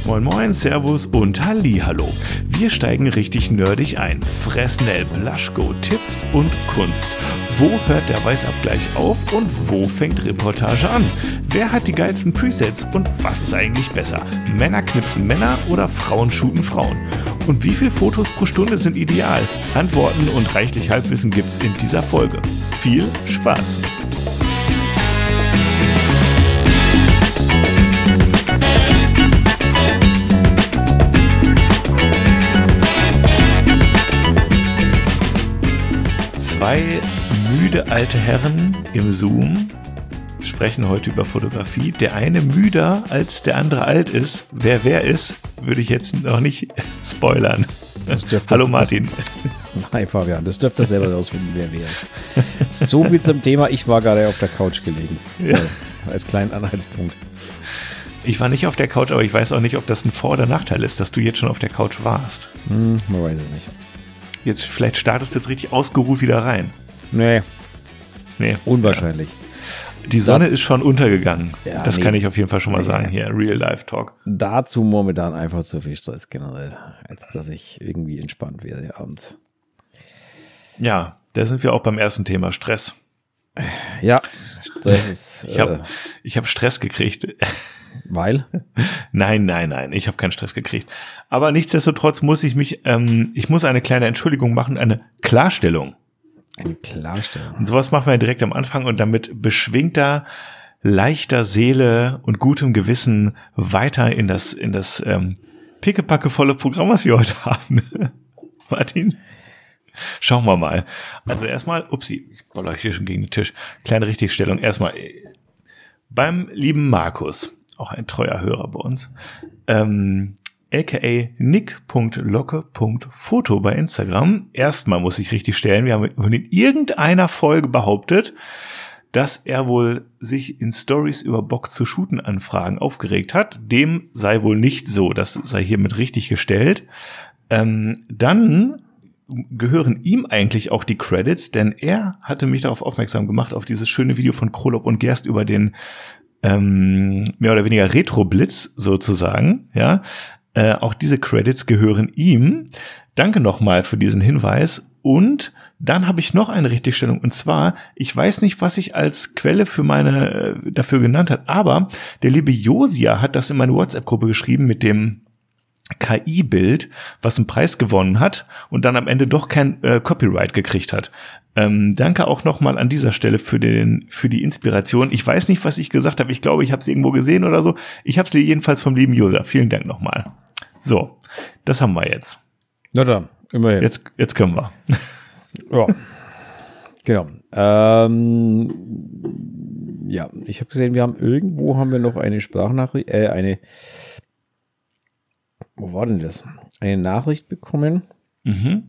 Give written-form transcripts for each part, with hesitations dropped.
Moin Moin, Servus und Hallihallo. Wir steigen richtig nerdig ein. Fresnel, Blaschko, Tipps und Kunst. Wo hört der Weißabgleich auf und wo fängt Reportage an? Wer hat die geilsten Presets und was ist eigentlich besser? Männer knipsen Männer oder Frauen shooten Frauen? Und wie viele Fotos pro Stunde sind ideal? Antworten und reichlich Halbwissen gibt's in dieser Folge. Viel Spaß! Zwei müde alte Herren im Zoom sprechen heute über Fotografie. Der eine müder als der andere alt ist. Wer ist, würde ich jetzt noch nicht spoilern. Hallo Martin. Hi Fabian, das dürft ihr selber rausfinden, wer ist. So viel zum Thema, ich war gerade auf der Couch gelegen. So, als kleinen Anhaltspunkt. Ich war nicht auf der Couch, aber ich weiß auch nicht, ob das ein Vor- oder Nachteil ist, dass du jetzt schon auf der Couch warst. Man weiß es nicht. Jetzt, vielleicht startest du jetzt richtig ausgeruht wieder rein. Nee. Unwahrscheinlich. Die Sonne ist schon untergegangen. Ja, das kann ich auf jeden Fall schon mal sagen hier. Real-Life-Talk. Dazu momentan einfach zu viel Stress generell, als dass ich irgendwie entspannt werde abends. Ja, da sind wir auch beim ersten Thema, Stress. Ja, Stress ist... Ich hab Stress gekriegt. Weil? Nein, ich habe keinen Stress gekriegt. Aber nichtsdestotrotz muss ich muss eine kleine Entschuldigung machen, eine Klarstellung. Eine Klarstellung. Und sowas machen wir direkt am Anfang und damit beschwingter, leichter Seele und gutem Gewissen weiter in das pickepackevolle Programm, was wir heute haben. Martin? Schauen wir mal. Also erstmal, ich bolle euch hier schon gegen den Tisch. Kleine Richtigstellung. Erstmal beim lieben Markus, auch ein treuer Hörer bei uns, aka nick.locke.foto bei Instagram. Erstmal muss ich richtig stellen, wir haben in irgendeiner Folge behauptet, dass er wohl sich in Stories über Bock zu shooten Anfragen aufgeregt hat. Dem sei wohl nicht so, das sei hiermit richtig gestellt. Dann gehören ihm eigentlich auch die Credits, denn er hatte mich darauf aufmerksam gemacht, auf dieses schöne Video von Krolop und Gerst über den mehr oder weniger Retro-Blitz sozusagen, ja. Auch diese Credits gehören ihm. Danke nochmal für diesen Hinweis. Und dann habe ich noch eine Richtigstellung. Und zwar, ich weiß nicht, was ich als Quelle für dafür genannt hat, aber der liebe Josia hat das in meine WhatsApp-Gruppe geschrieben mit dem KI-Bild, was einen Preis gewonnen hat und dann am Ende doch kein Copyright gekriegt hat. Danke auch nochmal an dieser Stelle für die Inspiration. Ich weiß nicht, was ich gesagt habe. Ich glaube, ich habe es irgendwo gesehen oder so. Ich habe es jedenfalls vom lieben User. Vielen Dank nochmal. So, das haben wir jetzt. Na dann, immerhin. Jetzt können wir. Ja, genau. Ja, ich habe gesehen, wir haben noch eine Sprachnachricht, wo war denn das? Eine Nachricht bekommen. Mhm.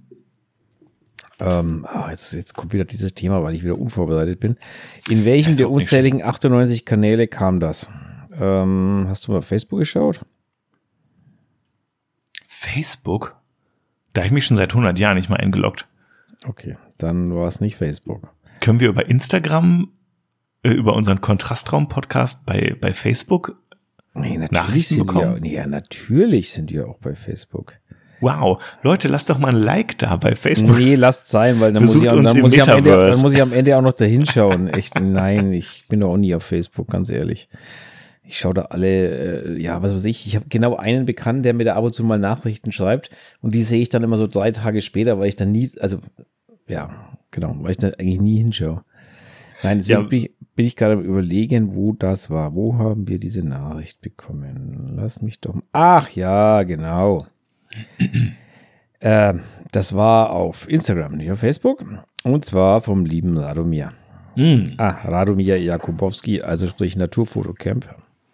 Jetzt kommt wieder dieses Thema, weil ich wieder unvorbereitet bin. In welchem der unzähligen 98 Kanäle kam das? Hast du mal auf Facebook geschaut? Facebook? Da habe ich mich schon seit 100 Jahren nicht mal eingeloggt. Okay, dann war es nicht Facebook. Können wir über Instagram, über unseren Kontrastraum-Podcast bei Facebook Nachrichten bekommen? Natürlich sind wir auch bei Facebook. Wow, Leute, lasst doch mal ein Like da bei Facebook. Nee, lasst sein, weil dann muss ich am Ende auch noch da hinschauen. Echt, nein, ich bin doch auch nie auf Facebook, ganz ehrlich. Ich schaue da alle, was weiß ich. Ich habe genau einen Bekannten, der mir da ab und zu mal Nachrichten schreibt und die sehe ich dann immer so 3 Tage später, weil ich dann weil ich da eigentlich nie hinschaue. Nein, deswegen bin ich gerade am Überlegen, wo das war. Wo haben wir diese Nachricht bekommen? Lass mich doch mal. Ach ja, genau. Das war auf Instagram, nicht auf Facebook. Und zwar vom lieben Radomir. Radomir Jakubowski, also sprich Naturfotocamp.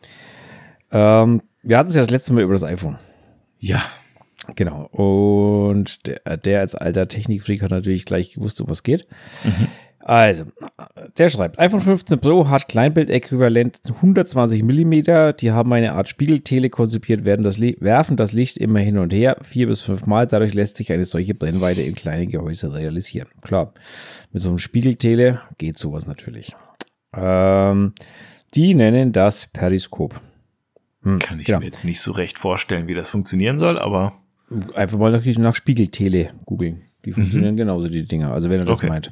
Wir hatten es ja das letzte Mal über das iPhone. Ja. Genau. Und der als alter Technikfreak hat natürlich gleich gewusst, um was geht. Mhm. Also, der schreibt, iPhone 15 Pro hat Kleinbildäquivalent 120 mm, die haben eine Art Spiegeltele konzipiert, werfen das Licht immer hin und her, 4 bis 5 Mal, dadurch lässt sich eine solche Brennweite in kleinen Gehäuse realisieren. Klar, mit so einem Spiegeltele geht sowas natürlich. Die nennen das Periskop. Kann ich mir jetzt nicht so recht vorstellen, wie das funktionieren soll, aber einfach mal nach Spiegeltele googeln. Die funktionieren genauso, die Dinger. Also wenn ihr das meint.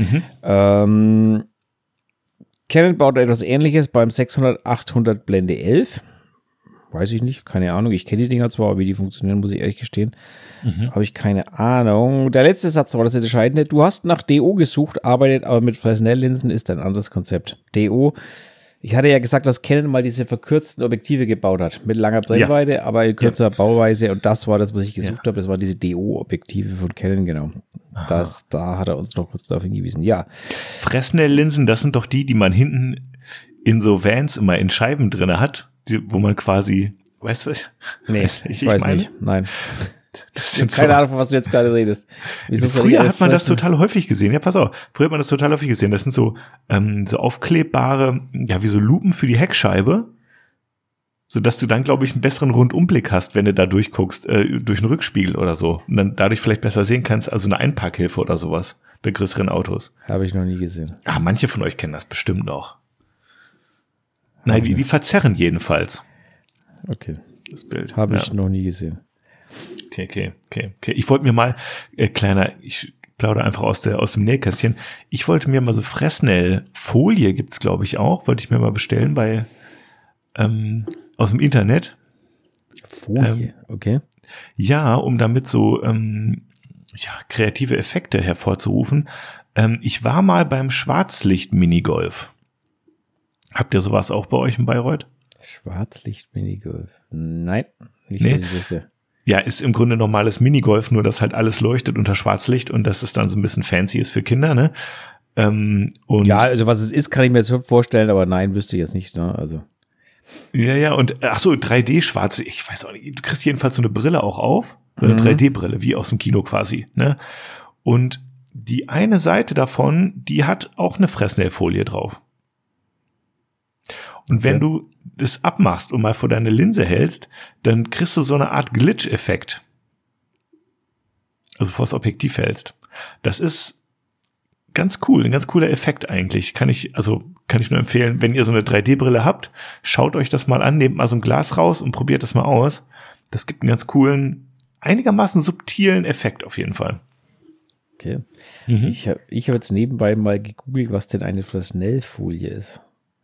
Canon baut etwas Ähnliches beim 600-800 Blende 11. Weiß ich nicht, keine Ahnung. Ich kenne die Dinger zwar, aber wie die funktionieren, muss ich ehrlich gestehen. Habe ich keine Ahnung. Der letzte Satz war das Entscheidende. Du hast nach DO gesucht, arbeitet aber mit Fresnel-Linsen, ist ein anderes Konzept. DO, ich hatte ja gesagt, dass Canon mal diese verkürzten Objektive gebaut hat. Mit langer Brennweite, aber in kürzer Bauweise. Und das war das, was ich gesucht habe. Das waren diese DO-Objektive von Canon, genau. Da hat er uns noch kurz darauf hingewiesen. Ja. Fresnel-Linsen, das sind doch die man hinten in so Vans immer in Scheiben drin hat. Wo man quasi, weißt du? Nee, ich weiß nicht. Nein. Ich habe keine Ahnung, von was du jetzt gerade redest. Früher hat man das total häufig gesehen. Ja, pass auf. Früher hat man das total häufig gesehen. Das sind so aufklebbare, wie so Lupen für die Heckscheibe, sodass du dann, glaube ich, einen besseren Rundumblick hast, wenn du da durchguckst, durch einen Rückspiegel oder so. Und dann dadurch vielleicht besser sehen kannst, also eine Einparkhilfe oder sowas bei größeren Autos. Habe ich noch nie gesehen. Manche von euch kennen das bestimmt noch. Nein, die verzerren jedenfalls. Okay. Das Bild. Habe ich noch nie gesehen. Okay. Ich wollte mir mal, ich plaudere einfach aus dem Nähkästchen. Ich wollte mir mal so Fresnel-Folie, gibt's glaube ich auch, wollte ich mir mal bestellen aus dem Internet. Folie, okay. Ja, um damit so, kreative Effekte hervorzurufen. Ich war mal beim Schwarzlicht-Minigolf. Habt ihr sowas auch bei euch in Bayreuth? Schwarzlicht-Minigolf. Nein, nicht nee. Ja, ist im Grunde normales Minigolf, nur dass halt alles leuchtet unter Schwarzlicht und dass es dann so ein bisschen fancy ist für Kinder, ne? Und ja, also was es ist, kann ich mir jetzt vorstellen, aber nein, wüsste ich jetzt nicht, ne? Also. Ja, und 3D-Schwarze, ich weiß auch nicht, du kriegst jedenfalls so eine Brille auch auf, so eine 3D-Brille, wie aus dem Kino quasi, ne? Und die eine Seite davon, die hat auch eine Fresnel-Folie drauf. Und wenn du das abmachst und mal vor deine Linse hältst, dann kriegst du so eine Art Glitch-Effekt. Also vor das Objektiv hältst. Das ist ganz cool, ein ganz cooler Effekt eigentlich. Kann ich nur empfehlen, wenn ihr so eine 3D-Brille habt, schaut euch das mal an, nehmt mal so ein Glas raus und probiert das mal aus. Das gibt einen ganz coolen, einigermaßen subtilen Effekt auf jeden Fall. Okay. Ich hab jetzt nebenbei mal gegoogelt, was denn eine Fresnel-Folie ist.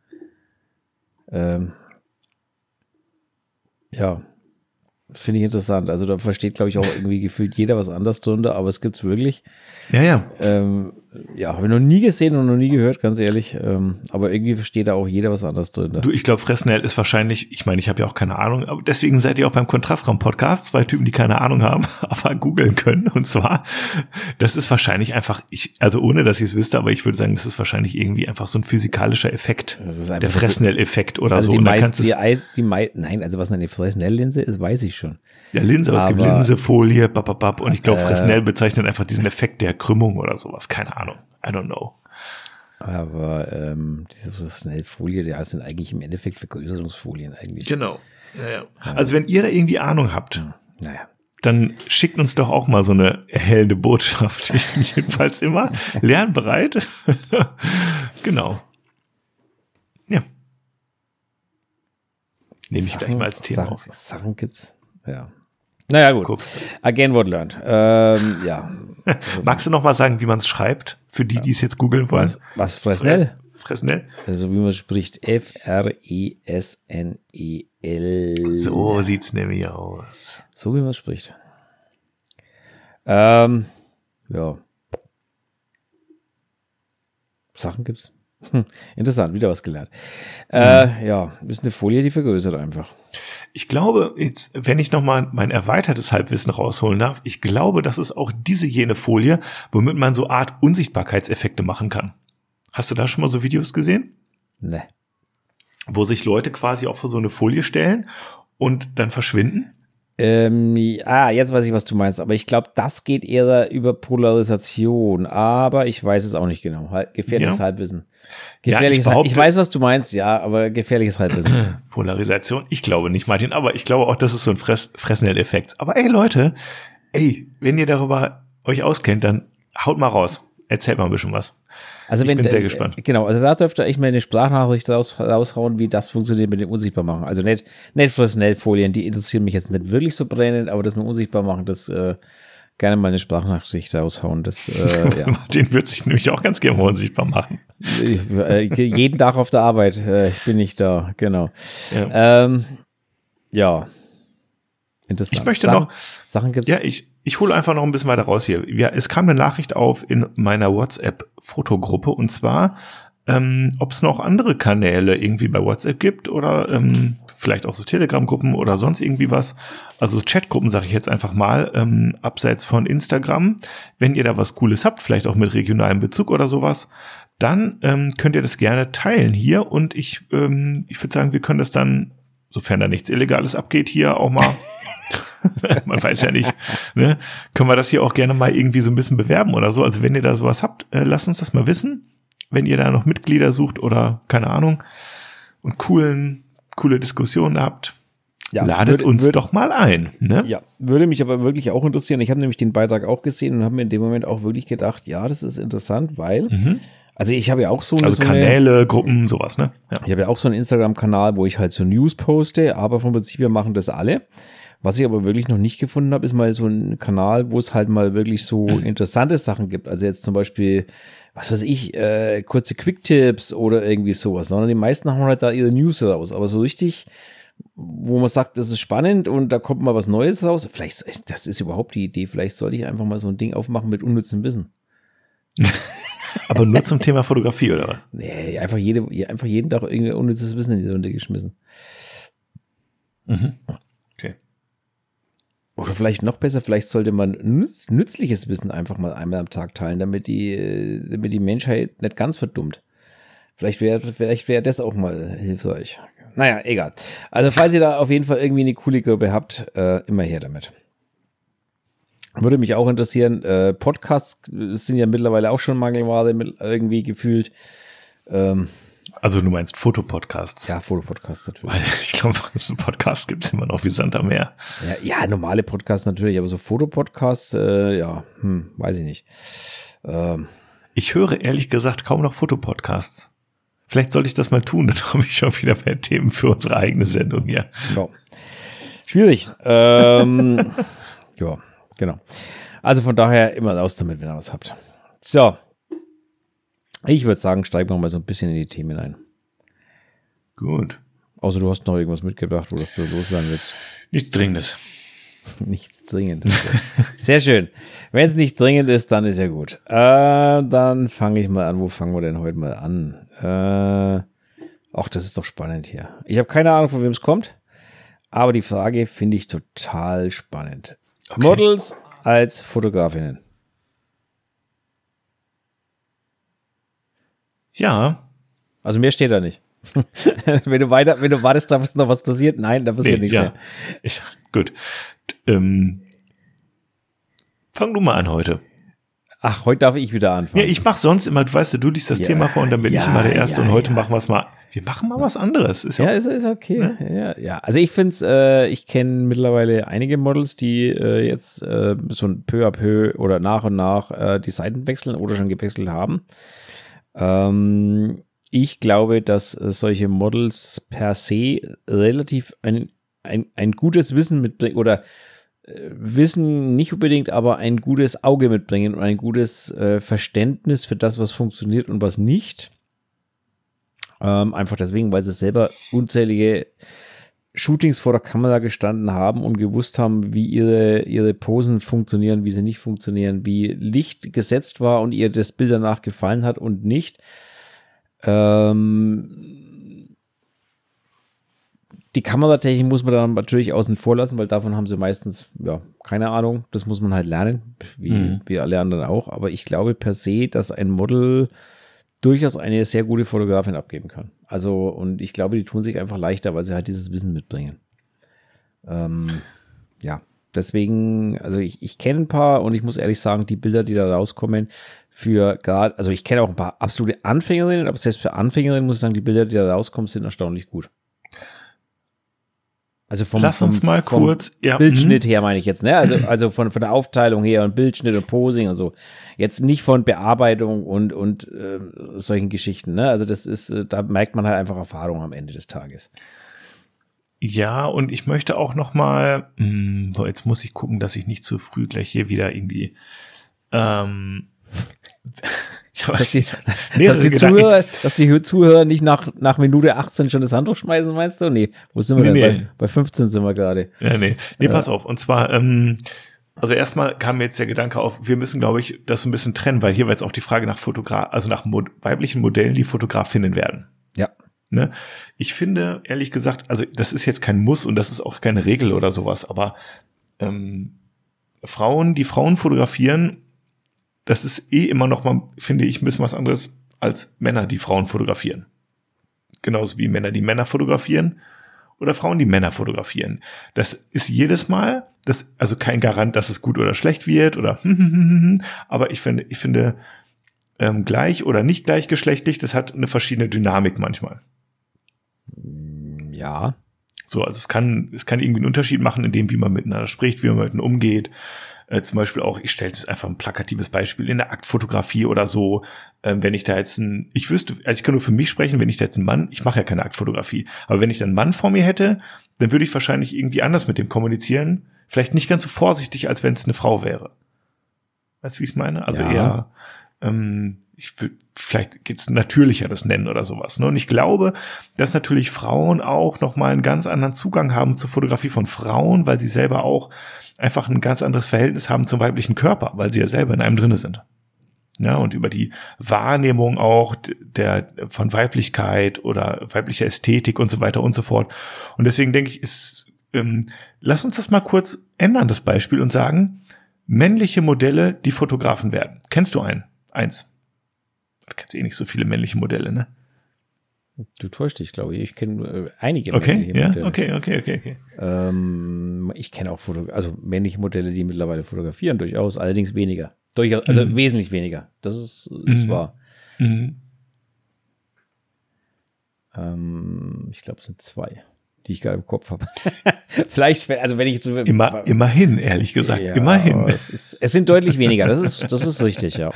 Ja, finde ich interessant. Also da versteht, glaube ich, auch irgendwie gefühlt jeder was anderes drunter, aber es gibt's wirklich. Ja. Habe ich noch nie gesehen und noch nie gehört, ganz ehrlich. Aber irgendwie versteht da auch jeder was anderes drunter. Du, ich glaube, Fresnel ist wahrscheinlich, ich meine, ich habe ja auch keine Ahnung, aber deswegen seid ihr auch beim Kontrastraum-Podcast, 2 Typen, die keine Ahnung haben, aber googeln können. Und zwar, das ist wahrscheinlich einfach, also ohne, dass ich es wüsste, aber ich würde sagen, das ist wahrscheinlich irgendwie einfach so ein physikalischer Effekt. Der Fresnel-Effekt oder also so. Nein, also was eine Fresnel-Linse ist, weiß ich schon. Ja, Linse, aber es gibt Linse, Folie, und ich glaube, Fresnel bezeichnet einfach diesen Effekt der Krümmung oder sowas. Keine Ahnung. I don't know. Aber diese Fresnel-Folie, die sind eigentlich im Endeffekt Vergrößerungsfolien eigentlich. Genau. Ja. Also wenn ihr da irgendwie Ahnung habt, dann schickt uns doch auch mal so eine erhellende Botschaft. Ich bin jedenfalls immer lernbereit. Genau. Ja. Nehme ich gleich mal als Thema auf. Sachen gibt's. Ja. Naja, gut. Again what learned. Ja. Magst du noch mal sagen, wie man es schreibt? Für die es jetzt googeln wollen. Was Fresnel? Fresnel? Also wie man spricht. F-R-E-S-N-E-L. So sieht's nämlich aus. So wie man spricht. Ja. Sachen gibt's. Interessant, wieder was gelernt. Ja, ist eine Folie, die vergrößert einfach. Ich glaube, jetzt, wenn ich nochmal mein erweitertes Halbwissen rausholen darf, ich glaube, das ist auch jene Folie, womit man so Art Unsichtbarkeitseffekte machen kann. Hast du da schon mal so Videos gesehen? Ne. Wo sich Leute quasi auch vor so eine Folie stellen und dann verschwinden? Jetzt weiß ich, was du meinst, aber ich glaube, das geht eher über Polarisation, aber ich weiß es auch nicht genau. Gefährliches Halbwissen. Gefährliches ich weiß, was du meinst, ja, aber gefährliches Halbwissen. Polarisation? Ich glaube nicht, Martin, aber ich glaube auch, das ist so ein Fresnel-Effekt. Aber Leute, wenn ihr darüber euch auskennt, dann haut mal raus. erzählt mal ein bisschen was. Also ich bin sehr gespannt. Genau, also da dürfte echt mal eine Sprachnachricht raushauen, wie das funktioniert mit dem Unsichtbarmachen. Also nicht Schnellfolien, die interessieren mich jetzt nicht wirklich so brennend, aber das mit Unsichtbarmachen, das gerne mal eine Sprachnachricht raushauen. Das, ja. Den würde ich nämlich auch ganz gerne mal unsichtbar machen. Jeden Tag auf der Arbeit. Ich bin nicht da, genau. Ja. Interessant. Ich möchte Sachen gibt's? Ja, ich hole einfach noch ein bisschen weiter raus hier. Ja, es kam eine Nachricht auf in meiner WhatsApp-Fotogruppe und zwar, ob es noch andere Kanäle irgendwie bei WhatsApp gibt oder vielleicht auch so Telegram-Gruppen oder sonst irgendwie was. Also Chatgruppen sage ich jetzt einfach mal, abseits von Instagram. Wenn ihr da was Cooles habt, vielleicht auch mit regionalem Bezug oder sowas, dann könnt ihr das gerne teilen hier und ich würde sagen, wir können das dann, sofern da nichts Illegales abgeht, hier auch mal man weiß ja nicht, ne? Können wir das hier auch gerne mal irgendwie so ein bisschen bewerben oder so. Also wenn ihr da sowas habt, lasst uns das mal wissen. Wenn ihr da noch Mitglieder sucht oder keine Ahnung und coole Diskussionen habt, ladet uns doch mal ein. Ne? Ja, würde mich aber wirklich auch interessieren. Ich habe nämlich den Beitrag auch gesehen und habe mir in dem Moment auch wirklich gedacht, ja, das ist interessant, weil also ich habe ja auch so Kanäle, Gruppen, sowas, ne? Ja. Ich habe ja auch so einen Instagram-Kanal, wo ich halt so News poste, aber vom Prinzip her machen das alle. Was ich aber wirklich noch nicht gefunden habe, ist mal so ein Kanal, wo es halt mal wirklich so interessante Sachen gibt. Also jetzt zum Beispiel, was weiß ich, kurze Quick-Tipps oder irgendwie sowas. Sondern die meisten haben halt da ihre News raus. Aber so richtig, wo man sagt, das ist spannend und da kommt mal was Neues raus. Vielleicht, das ist überhaupt die Idee, vielleicht sollte ich einfach mal so ein Ding aufmachen mit unnützem Wissen. Aber nur zum Thema Fotografie, oder was? Nee, einfach jeden Tag irgendwie unnützes Wissen in die Runde geschmissen. Okay. Oder vielleicht noch besser, vielleicht sollte man nützliches Wissen einfach mal einmal am Tag teilen, damit die Menschheit nicht ganz verdummt. Vielleicht wäre das auch mal hilfreich. Naja, egal. Also falls ihr da auf jeden Fall irgendwie eine coole Gruppe habt, immer her damit. Würde mich auch interessieren. Podcasts sind ja mittlerweile auch schon Mangelware irgendwie gefühlt. Also du meinst Fotopodcasts? Ja, Fotopodcasts natürlich. Weil ich glaube, Podcasts gibt es immer noch wie Sand am Meer. Ja, normale Podcasts natürlich, aber so Fotopodcasts, weiß ich nicht. Ich höre ehrlich gesagt kaum noch Fotopodcasts. Vielleicht sollte ich das mal tun, dann habe ich schon wieder mehr Themen für unsere eigene Sendung hier. Ja. Schwierig. Ja, genau. Also von daher immer raus damit, wenn ihr was habt. So. Ich würde sagen, steigen wir mal so ein bisschen in die Themen ein. Gut. Außer du hast noch irgendwas mitgebracht, wo du loswerden willst. Nichts Dringendes. Nichts Dringendes. Sehr schön. Wenn es nicht dringend ist, dann ist ja gut. Dann fange ich mal an. Wo fangen wir denn heute mal an? Ach, das ist doch spannend hier. Ich habe keine Ahnung, von wem es kommt, aber die Frage finde ich total spannend. Okay. Models als Fotografinnen. Ja. Also mehr steht da nicht. wenn du wartest, da ist noch was passiert. Nein, da passiert nichts mehr. Gut. Fang du mal an heute. Ach, heute darf ich wieder anfangen. Ja, ich mache sonst immer, du liest das Thema vor und dann bin ich immer der Erste und heute machen wir es mal. Wir machen mal was anderes. Ist okay. Ne? Ja. Also ich finde es, ich kenne mittlerweile einige Models, die jetzt so ein peu à peu oder nach und nach die Seiten wechseln oder schon gewechselt haben. Ich glaube, dass solche Models per se relativ ein gutes Wissen mitbringen oder Wissen nicht unbedingt, aber ein gutes Auge mitbringen und ein gutes Verständnis für das, was funktioniert und was nicht. Einfach deswegen, weil sie selber unzählige Shootings vor der Kamera gestanden haben und gewusst haben, wie ihre Posen funktionieren, wie sie nicht funktionieren, wie Licht gesetzt war und ihr das Bild danach gefallen hat und nicht. Die Kameratechnik muss man dann natürlich außen vor lassen, weil davon haben sie meistens, keine Ahnung, das muss man halt lernen, wie alle anderen auch. Aber ich glaube per se, dass ein Model durchaus eine sehr gute Fotografin abgeben kann. Also, und ich glaube, die tun sich einfach leichter, weil sie halt dieses Wissen mitbringen. Deswegen, also ich kenne ein paar und ich muss ehrlich sagen, die Bilder, die da rauskommen, also ich kenne auch ein paar absolute Anfängerinnen, aber selbst für Anfängerinnen muss ich sagen, die Bilder, die da rauskommen, sind erstaunlich gut. Also lass uns mal kurz Bildschnitt her meine ich jetzt, ne? Also von der Aufteilung her und Bildschnitt und Posing und so. Jetzt nicht von Bearbeitung und solchen Geschichten, ne? Also das ist, da merkt man halt einfach Erfahrung am Ende des Tages. Ja, und ich möchte auch noch mal, so jetzt muss ich gucken, dass ich nicht zu früh gleich hier wieder irgendwie dass die Zuhörer nicht nach Minute 18 schon das Handtuch schmeißen, meinst du? Nee, wo sind wir denn? Bei 15 sind wir gerade. Ja, nee, pass auf. Und zwar, also erstmal kam mir jetzt der Gedanke auf, wir müssen, glaube ich, das so ein bisschen trennen, weil hier war jetzt auch die Frage nach nach weiblichen Modellen, die Fotografinnen werden. Ja. Ne? Ich finde, ehrlich gesagt, also das ist jetzt kein Muss und das ist auch keine Regel oder sowas, aber Frauen, die Frauen fotografieren, das ist immer noch mal, finde ich, ein bisschen was anderes als Männer, die Frauen fotografieren. Genauso wie Männer, die Männer fotografieren oder Frauen, die Männer fotografieren. Das ist jedes Mal, also kein Garant, dass es gut oder schlecht wird oder aber ich finde gleich oder nicht gleichgeschlechtlich, das hat eine verschiedene Dynamik manchmal. Ja. So, also es kann irgendwie einen Unterschied machen, in dem, wie man miteinander spricht, wie man miteinander umgeht. Zum Beispiel auch, ich stelle jetzt einfach ein plakatives Beispiel in der Aktfotografie oder so, wenn ich da jetzt ich kann nur für mich sprechen, wenn ich da jetzt ich mache ja keine Aktfotografie, aber wenn ich dann einen Mann vor mir hätte, dann würde ich wahrscheinlich irgendwie anders mit dem kommunizieren, vielleicht nicht ganz so vorsichtig, als wenn es eine Frau wäre. Weißt du, wie ich es meine? Also eher, vielleicht geht's natürlicher das nennen oder sowas. Ne? Und ich glaube, dass natürlich Frauen auch nochmal einen ganz anderen Zugang haben zur Fotografie von Frauen, weil sie selber auch einfach ein ganz anderes Verhältnis haben zum weiblichen Körper, weil sie ja selber in einem drinne sind. Ja, und über die Wahrnehmung auch von Weiblichkeit oder weiblicher Ästhetik und so weiter und so fort. Und deswegen denke ich, lass uns das mal kurz ändern, das Beispiel, und sagen, männliche Modelle, die Fotografen werden. Kennst du eins? Du kennst nicht so viele männliche Modelle, ne? Du täuschst dich, glaube ich. Ich kenne einige männliche Modelle. Okay. Ich kenne auch männliche Modelle, die mittlerweile fotografieren, durchaus, allerdings weniger. Also wesentlich weniger. Das ist wahr. Ich glaube, es sind 2, die ich gerade im Kopf habe. Vielleicht, also wenn ich so immerhin, ehrlich gesagt, ja, immerhin. Es sind deutlich weniger. Das ist richtig, ja.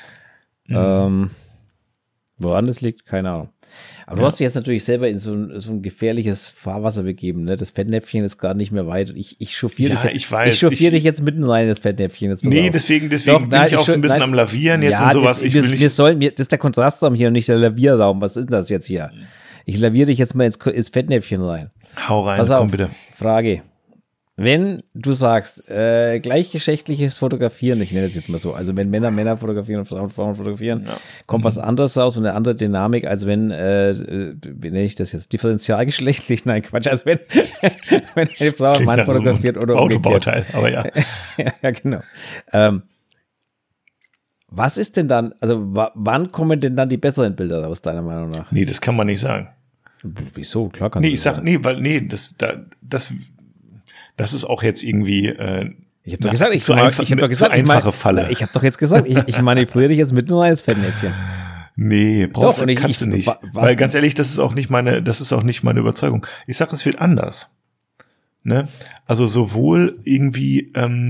Woran das liegt, keine Ahnung. Aber du hast dich jetzt natürlich selber in so ein gefährliches Fahrwasser begeben, ne? Das Fettnäpfchen ist gerade nicht mehr weit. Ich chauffiere dich jetzt mitten rein in das Fettnäpfchen. Deswegen bin ich auch so ein bisschen am Lavieren jetzt und sowas. Das ist der Kontrastraum hier und nicht der Lavierraum. Was ist das jetzt hier? Ich laviere dich jetzt mal ins Fettnäpfchen rein. Hau rein, komm bitte. Frage. Wenn du sagst, gleichgeschlechtliches Fotografieren, ich nenne es jetzt mal so, also wenn Männer fotografieren und Frauen fotografieren, kommt was anderes raus und eine andere Dynamik, als wenn, wie nenne ich das jetzt, differentialgeschlechtlich, nein, Quatsch, als wenn eine Frau einen Mann fotografiert oder umgekehrt. Autobauteil, aber ja. Ja, genau. Was ist denn dann, also wann kommen denn dann die besseren Bilder raus, deiner Meinung nach? Nee, das kann man nicht sagen. Wieso? Klar kannst du sagen. Das ist auch jetzt irgendwie ich habe doch gesagt, einfache Falle. Ich habe doch jetzt gesagt, ich manipuliere dich jetzt mit nur eines Fettnäpfchen. Nee, kannst du nicht. Weil ganz ehrlich, das ist auch nicht meine Überzeugung. Ich sage, es wird anders. Ne? Also sowohl irgendwie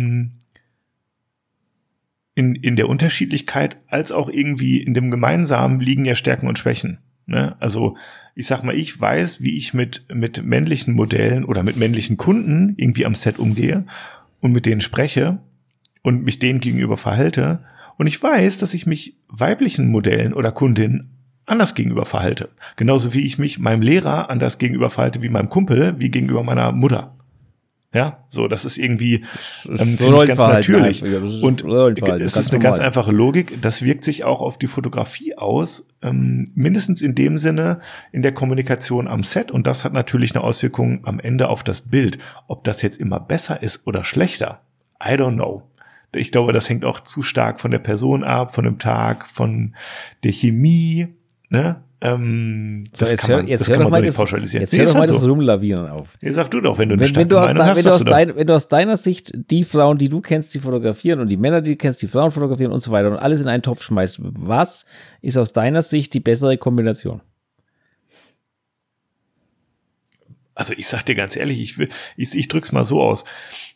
in der Unterschiedlichkeit als auch irgendwie in dem Gemeinsamen liegen ja Stärken und Schwächen. Ne? Also ich sag mal, ich weiß, wie ich mit männlichen Modellen oder mit männlichen Kunden irgendwie am Set umgehe und mit denen spreche und mich denen gegenüber verhalte. Und ich weiß, dass ich mich weiblichen Modellen oder Kundinnen anders gegenüber verhalte. Genauso wie ich mich meinem Lehrer anders gegenüber verhalte wie meinem Kumpel, wie gegenüber meiner Mutter. Ja, so, das ist irgendwie finde ich ganz natürlich. Und es ist eine ganz einfache Logik. Das wirkt sich auch auf die Fotografie aus, mindestens in dem Sinne in der Kommunikation am Set. Und das hat natürlich eine Auswirkung am Ende auf das Bild. Ob das jetzt immer besser ist oder schlechter, I don't know. Ich glaube, das hängt auch zu stark von der Person ab, von dem Tag, von der Chemie, ne? Das kann man so nicht pauschalisieren. Jetzt hör doch mal das Rumlavieren auf. Sag du doch, wenn du eine starke Meinung hast. Wenn du aus deiner Sicht die Frauen, die du kennst, die fotografieren und die Männer, die du kennst, die Frauen fotografieren und so weiter und alles in einen Topf schmeißt, was ist aus deiner Sicht die bessere Kombination? Also ich sag dir ganz ehrlich, ich drück's mal so aus.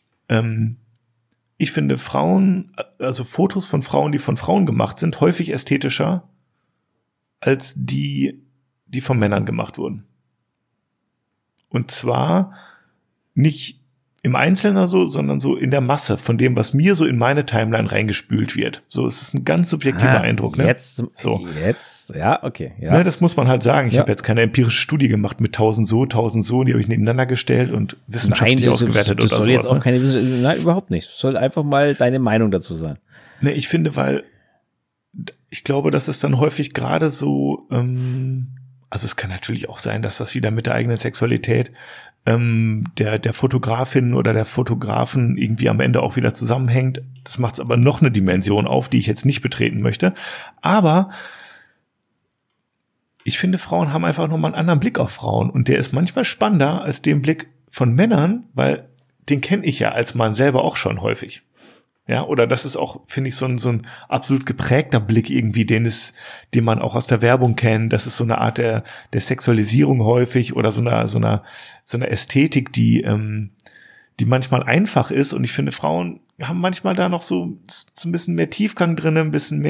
Ich finde Frauen, also Fotos von Frauen, die von Frauen gemacht sind, häufig ästhetischer als die von Männern gemacht wurden. Und zwar nicht im Einzelnen oder so, sondern so in der Masse von dem, was mir so in meine Timeline reingespült wird. So, es ist ein ganz subjektiver Eindruck. Ne? Jetzt, ja, okay. Ja. Ne, das muss man halt sagen. Ich habe jetzt keine empirische Studie gemacht mit 1000 so, die habe ich nebeneinander gestellt und wissenschaftlich ausgewertet das oder soll sowas. Jetzt auch keine, nein, überhaupt nicht. Das soll einfach mal deine Meinung dazu sein. Ne, ich finde, weil ich glaube, dass es dann häufig gerade so, also es kann natürlich auch sein, dass das wieder mit der eigenen Sexualität der Fotografin oder der Fotografen irgendwie am Ende auch wieder zusammenhängt. Das macht es aber noch eine Dimension auf, die ich jetzt nicht betreten möchte. Aber ich finde, Frauen haben einfach nochmal einen anderen Blick auf Frauen und der ist manchmal spannender als den Blick von Männern, weil den kenne ich ja als Mann selber auch schon häufig. Ja, oder das ist auch, finde ich, so ein absolut geprägter Blick irgendwie, den man auch aus der Werbung kennt. Das ist so eine Art der Sexualisierung häufig oder so eine Ästhetik, die manchmal einfach ist. Und ich finde, Frauen haben manchmal da noch so ein bisschen mehr Tiefgang drin, ein bisschen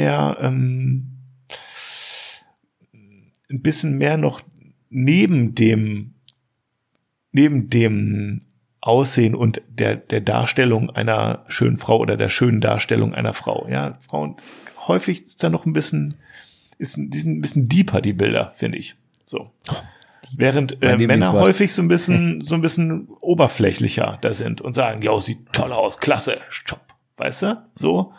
mehr noch neben dem Aussehen und der Darstellung einer schönen Frau oder der schönen Darstellung einer Frau. Ja, Frauen häufig ist da noch die sind ein bisschen deeper, die Bilder, finde ich. So. Während Männer häufig so ein bisschen oberflächlicher da sind und sagen, ja, sieht toll aus, klasse, stopp. Weißt du? So.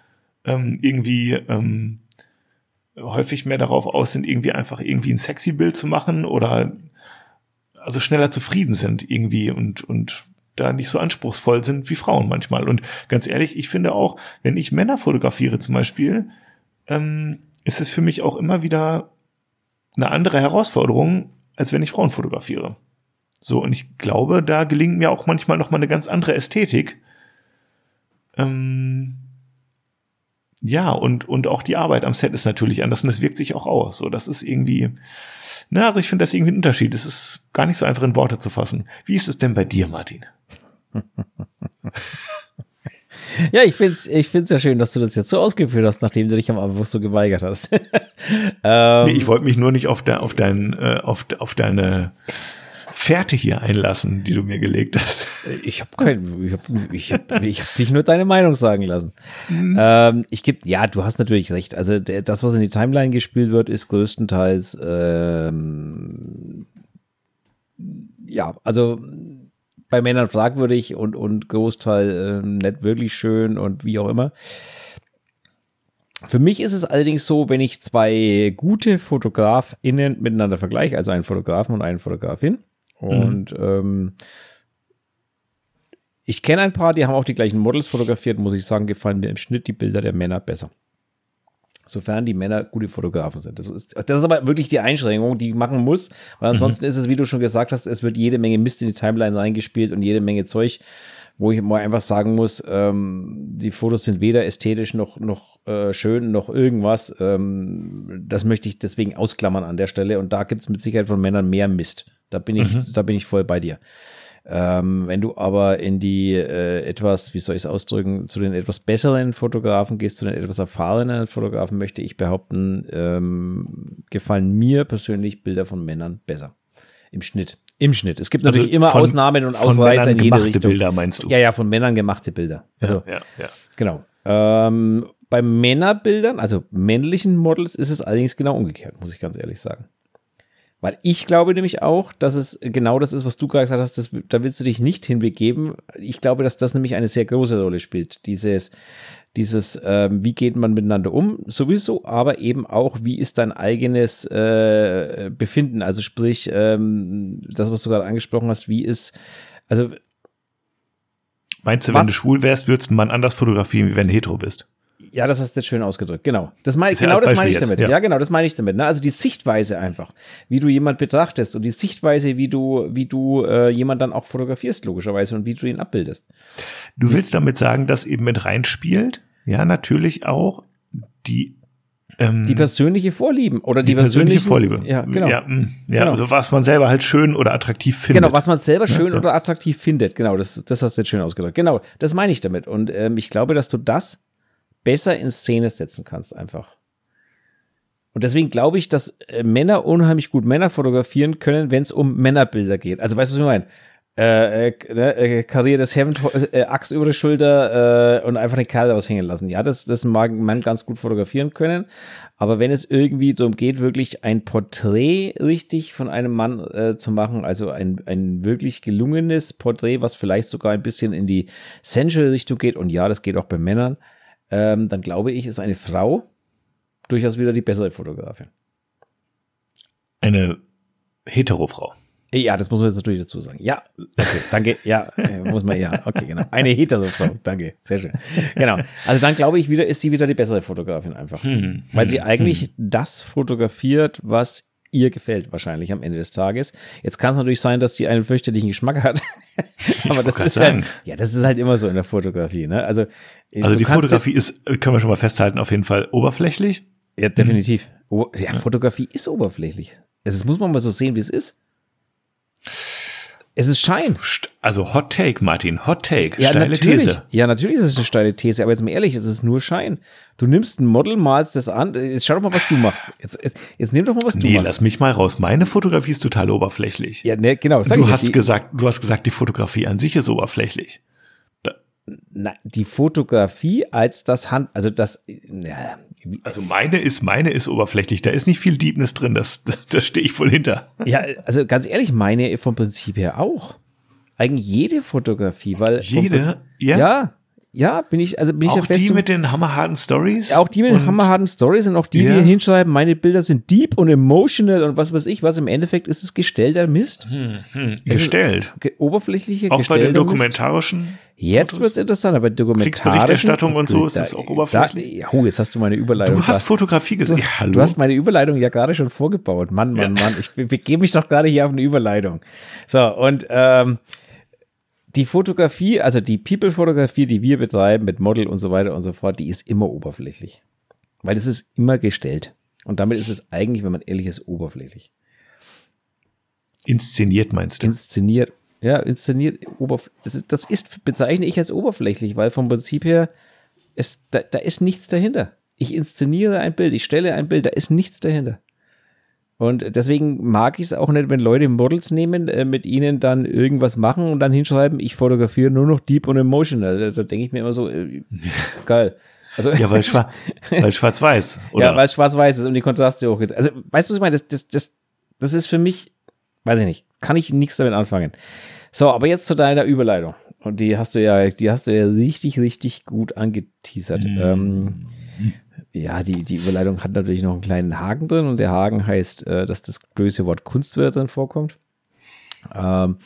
Häufig mehr darauf aus sind, irgendwie ein sexy Bild zu machen oder also schneller zufrieden sind irgendwie und da nicht so anspruchsvoll sind wie Frauen manchmal. Und ganz ehrlich, ich finde auch, wenn ich Männer fotografiere zum Beispiel, ist es für mich auch immer wieder eine andere Herausforderung, als wenn ich Frauen fotografiere. So, und ich glaube, da gelingt mir auch manchmal noch mal eine ganz andere Ästhetik. Ja, und auch die Arbeit am Set ist natürlich anders und das wirkt sich auch aus. So, das ist irgendwie, also ich finde das irgendwie ein Unterschied. Es ist gar nicht so einfach in Worte zu fassen. Wie ist es denn bei dir, Martin? Ja, ich find's ja schön, dass du das jetzt so ausgeführt hast, nachdem du dich am Anfang so geweigert hast. Nee, ich wollte mich nur nicht auf deine Fährte hier einlassen, die du mir gelegt hast. Ich hab dich nur deine Meinung sagen lassen. Du hast natürlich recht. Also das, was in die Timeline gespielt wird, ist größtenteils also bei Männern fragwürdig und Großteil nicht wirklich schön und wie auch immer. Für mich ist es allerdings so, wenn ich zwei gute FotografInnen miteinander vergleiche, also einen Fotografen und eine Fotografin, und ich kenne ein paar, die haben auch die gleichen Models fotografiert, muss ich sagen, gefallen mir im Schnitt die Bilder der Männer besser. Sofern die Männer gute Fotografen sind. Das ist aber wirklich die Einschränkung, die ich machen muss, weil ansonsten ist es, wie du schon gesagt hast, es wird jede Menge Mist in die Timeline reingespielt und jede Menge Zeug, wo ich mal einfach sagen muss, die Fotos sind weder ästhetisch noch schön noch irgendwas. Das möchte ich deswegen ausklammern an der Stelle und da gibt es mit Sicherheit von Männern mehr Mist. Da bin ich voll bei dir. Wenn du aber in die wie soll ich es ausdrücken, zu den etwas besseren Fotografen gehst, zu den etwas erfahrenen Fotografen, möchte ich behaupten, gefallen mir persönlich Bilder von Männern besser. Im Schnitt. Es gibt natürlich immer Ausnahmen und Ausreißer in jede Richtung. Bilder meinst du? Ja, von Männern gemachte Bilder. Also, ja. Genau. Bei Männerbildern, also männlichen Models, ist es allerdings genau umgekehrt, muss ich ganz ehrlich sagen. Weil ich glaube nämlich auch, dass es genau das ist, was du gerade gesagt hast, da willst du dich nicht hinbegeben. Ich glaube, dass das nämlich eine sehr große Rolle spielt. Dieses wie geht man miteinander um, sowieso, aber eben auch, wie ist dein eigenes Befinden? Also sprich, das, was du gerade angesprochen hast, meinst du, wenn du schwul wärst, würdest man anders fotografieren, wie wenn du hetero bist? Ja, das hast du jetzt schön ausgedrückt, genau. Das meine ich damit. Ja, genau, das meine ich damit. Ne? Also die Sichtweise einfach, wie du jemand betrachtest und die Sichtweise, wie du jemand dann auch fotografierst, logischerweise, und wie du ihn abbildest. Du willst damit sagen, dass eben mit reinspielt, ja, natürlich auch die die persönliche Vorlieben oder die persönliche Vorliebe. Ja, genau. Ja, genau. Also was man selber halt schön oder attraktiv findet. Genau, was man selber schön oder attraktiv findet. Genau, das hast du jetzt schön ausgedrückt. Genau, das meine ich damit. Und ich glaube, dass du das besser in Szene setzen kannst einfach. Und deswegen glaube ich, dass Männer unheimlich gut Männer fotografieren können, wenn es um Männerbilder geht. Also weißt du, was ich meine? Kariertes Hemd, Axt über die Schulter und einfach den Kerl raushängen lassen. Ja, das mag man ganz gut fotografieren können. Aber wenn es irgendwie darum geht, wirklich ein Porträt richtig von einem Mann zu machen, also ein wirklich gelungenes Porträt, was vielleicht sogar ein bisschen in die Sensual-Richtung geht, und ja, das geht auch bei Männern, dann glaube ich, ist eine Frau durchaus wieder die bessere Fotografin. Eine Hetero-Frau. Ja, das muss man jetzt natürlich dazu sagen. Ja, okay, danke. Ja, muss man, ja, okay, genau. Eine Hetero-Frau, danke, sehr schön. Genau, also dann glaube ich ist sie wieder die bessere Fotografin einfach. Weil sie eigentlich das fotografiert, was ihr gefällt wahrscheinlich am Ende des Tages. Jetzt kann es natürlich sein, dass die einen fürchterlichen Geschmack hat. Aber das ist das ist halt immer so in der Fotografie, ne? Also die Fotografie ist, können wir schon mal festhalten, auf jeden Fall oberflächlich. Ja, definitiv. Fotografie ist oberflächlich. Das muss man mal so sehen, wie es ist. Es ist Schein. Also Hot Take, Martin, Hot Take, ja, steile These. Ja, natürlich ist es eine steile These, aber jetzt mal ehrlich, es ist nur Schein. Du nimmst ein Model, malst das an, jetzt schau doch mal, was du machst. Jetzt nimm doch mal, was du machst. Nee, lass mich mal raus. Meine Fotografie ist total oberflächlich. Ja, ne, genau. Du hast gesagt, die Fotografie an sich ist oberflächlich. Nein, die Fotografie als das also meine ist oberflächlich, da ist nicht viel Deepness drin, da stehe ich voll hinter. Ja, also ganz ehrlich, meine vom Prinzip her auch. Eigentlich jede Fotografie, weil jede, bin ich auch der Festung, die mit den hammerharten Stories? Auch die mit den hammerharten Stories und auch die hier hinschreiben, meine Bilder sind deep und emotional und was weiß ich, was im Endeffekt ist es gestellter Mist. Gestellt. Oberflächliche auch bei den dokumentarischen Jetzt wird es interessant, aber dokumentarischen Kriegsberichterstattung und so ist es auch oberflächlich. Jetzt hast du meine Überleitung. Du hast Fotografie gesehen. Hallo. Du hast meine Überleitung ja gerade schon vorgebaut. Mann. Ich begebe mich doch gerade hier auf eine Überleitung. So, und die Fotografie, also die People-Fotografie, die wir betreiben mit Model und so weiter und so fort, die ist immer oberflächlich. Weil das ist immer gestellt. Und damit ist es eigentlich, wenn man ehrlich ist, oberflächlich. Inszeniert meinst du? Inszeniert, das bezeichne ich als oberflächlich, weil vom Prinzip her, da ist nichts dahinter. Ich inszeniere ein Bild, ich stelle ein Bild, da ist nichts dahinter. Und deswegen mag ich es auch nicht, wenn Leute Models nehmen, mit ihnen dann irgendwas machen und dann hinschreiben, ich fotografiere nur noch deep und emotional. Da denke ich mir immer so, geil. Also, ja, weil schwarz-weiß, oder? Ja, weil schwarz-weiß ist und die Kontraste hochgeht. Also, weißt du, was ich meine? Das ist für mich, weiß ich nicht, kann ich nichts damit anfangen. So, aber jetzt zu deiner Überleitung. Und die hast du ja richtig, richtig gut angeteasert. Ja, die Überleitung hat natürlich noch einen kleinen Haken drin und der Haken heißt, dass das böse Wort Kunstwert drin vorkommt. Aber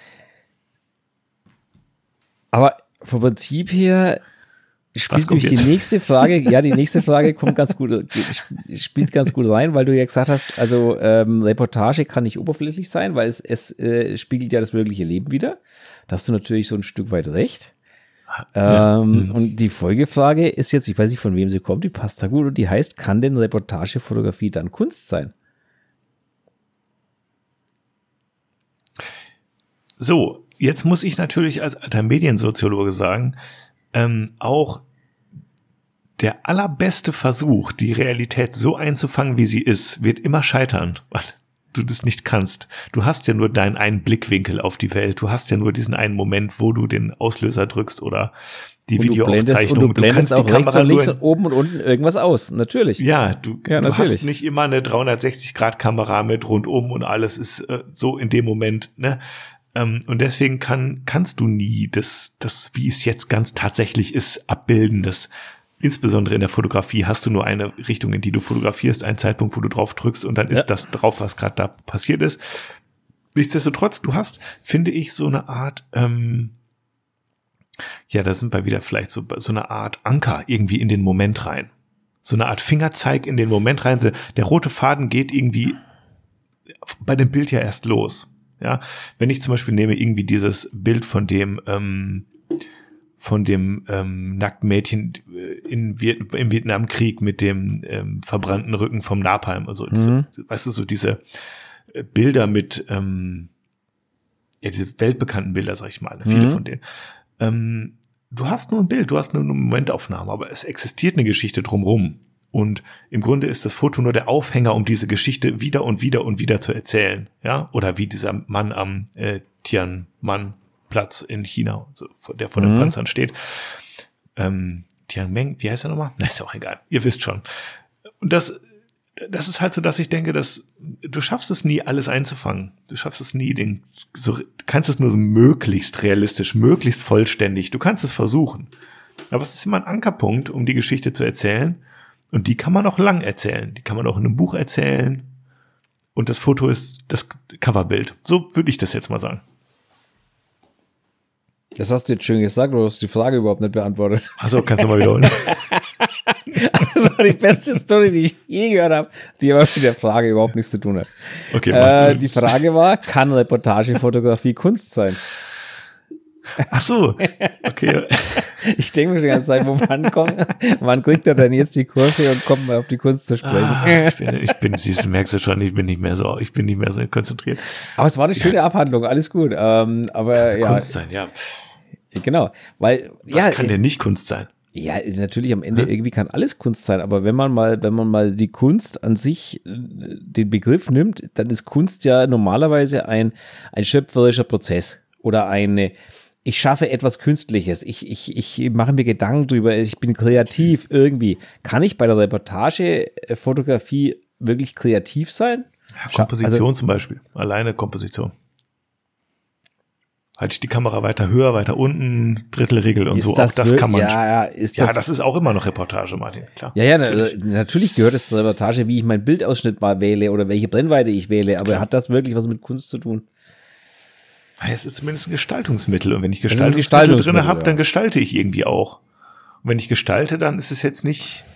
vom Prinzip her spielt nämlich die nächste Frage kommt ganz gut, spielt ganz gut rein, weil du ja gesagt hast, also Reportage kann nicht oberflächlich sein, weil es spiegelt ja das wirkliche Leben wider. Da hast du natürlich so ein Stück weit recht. Und die Folgefrage ist jetzt, ich weiß nicht, von wem sie kommt, die passt da gut und die heißt, kann denn Reportagefotografie dann Kunst sein? So, jetzt muss ich natürlich als alter Mediensoziologe sagen, auch der allerbeste Versuch, die Realität so einzufangen, wie sie ist, wird immer scheitern, weil du das nicht kannst. Du hast ja nur deinen einen Blickwinkel auf die Welt. Du hast ja nur diesen einen Moment, wo du den Auslöser drückst oder die Videoaufzeichnung. Und du blendest auch rechts und links und oben und unten irgendwas aus, natürlich. Ja, du hast nicht immer eine 360-Grad-Kamera mit rundum und alles ist so in dem Moment, ne? Und deswegen kannst du nie das, wie es jetzt ganz tatsächlich ist, abbilden. Das insbesondere in der Fotografie hast du nur eine Richtung, in die du fotografierst, einen Zeitpunkt, wo du drauf drückst und dann ist das drauf, was gerade da passiert ist. Nichtsdestotrotz, du hast, finde ich, so eine Art, da sind wir wieder vielleicht so eine Art Anker irgendwie in den Moment rein. So eine Art Fingerzeig in den Moment rein. Der rote Faden geht irgendwie bei dem Bild ja erst los. Ja, wenn ich zum Beispiel nehme irgendwie dieses Bild von dem nackten Mädchen im Vietnamkrieg mit dem verbrannten Rücken vom Napalm und so. Weißt du, so diese Bilder mit, diese weltbekannten Bilder, sag ich mal, viele von denen. Du hast nur ein Bild, du hast nur eine Momentaufnahme, aber es existiert eine Geschichte drumherum. Und im Grunde ist das Foto nur der Aufhänger, um diese Geschichte wieder und wieder und wieder zu erzählen. Ja, oder wie dieser Mann am Tiananmen-Platz in China, so, der vor den Panzern steht. Tiananmen, wie heißt er nochmal? Na, ist auch egal. Ihr wisst schon. Und das ist halt so, dass ich denke, dass du schaffst es nie, alles einzufangen. Du schaffst es nie, du kannst es nur so möglichst realistisch, möglichst vollständig. Du kannst es versuchen. Aber es ist immer ein Ankerpunkt, um die Geschichte zu erzählen. Und die kann man auch lang erzählen. Die kann man auch in einem Buch erzählen. Und das Foto ist das Coverbild. So würde ich das jetzt mal sagen. Das hast du jetzt schön gesagt, du hast die Frage überhaupt nicht beantwortet. Achso, kannst du mal wiederholen. Das war die beste Story, die ich je gehört habe, die aber mit der Frage überhaupt nichts zu tun hat. Okay, die Frage war, kann Reportagefotografie Kunst sein? Ach so, okay. Ich denke mir die ganze Zeit, wann kriegt er denn jetzt die Kurve und kommt mal auf die Kunst zu sprechen? Merkst du schon, ich bin nicht mehr so konzentriert. Aber es war eine schöne Abhandlung, alles gut. Aber ja. Kunst sein, ja. Genau, weil was kann denn nicht Kunst sein? Ja, natürlich am Ende irgendwie kann alles Kunst sein, aber wenn man mal die Kunst an sich, den Begriff nimmt, dann ist Kunst ja normalerweise ein schöpferischer Prozess oder ich schaffe etwas Künstliches, ich mache mir Gedanken drüber, ich bin kreativ irgendwie. Kann ich bei der Reportagefotografie wirklich kreativ sein? Ja, Komposition zum Beispiel, alleine Komposition. Halte ich die Kamera weiter höher, weiter unten, Drittelregel und so. Auch das kann man. Ja, das ist auch immer noch Reportage, Martin, klar. Ja, natürlich gehört es zur Reportage, wie ich meinen Bildausschnitt mal wähle oder welche Brennweite ich wähle, aber hat das wirklich was mit Kunst zu tun? Es ist zumindest ein Gestaltungsmittel und wenn ich Gestaltungsmittel drin habe, dann gestalte ich irgendwie auch. Und wenn ich gestalte, dann ist es jetzt nicht,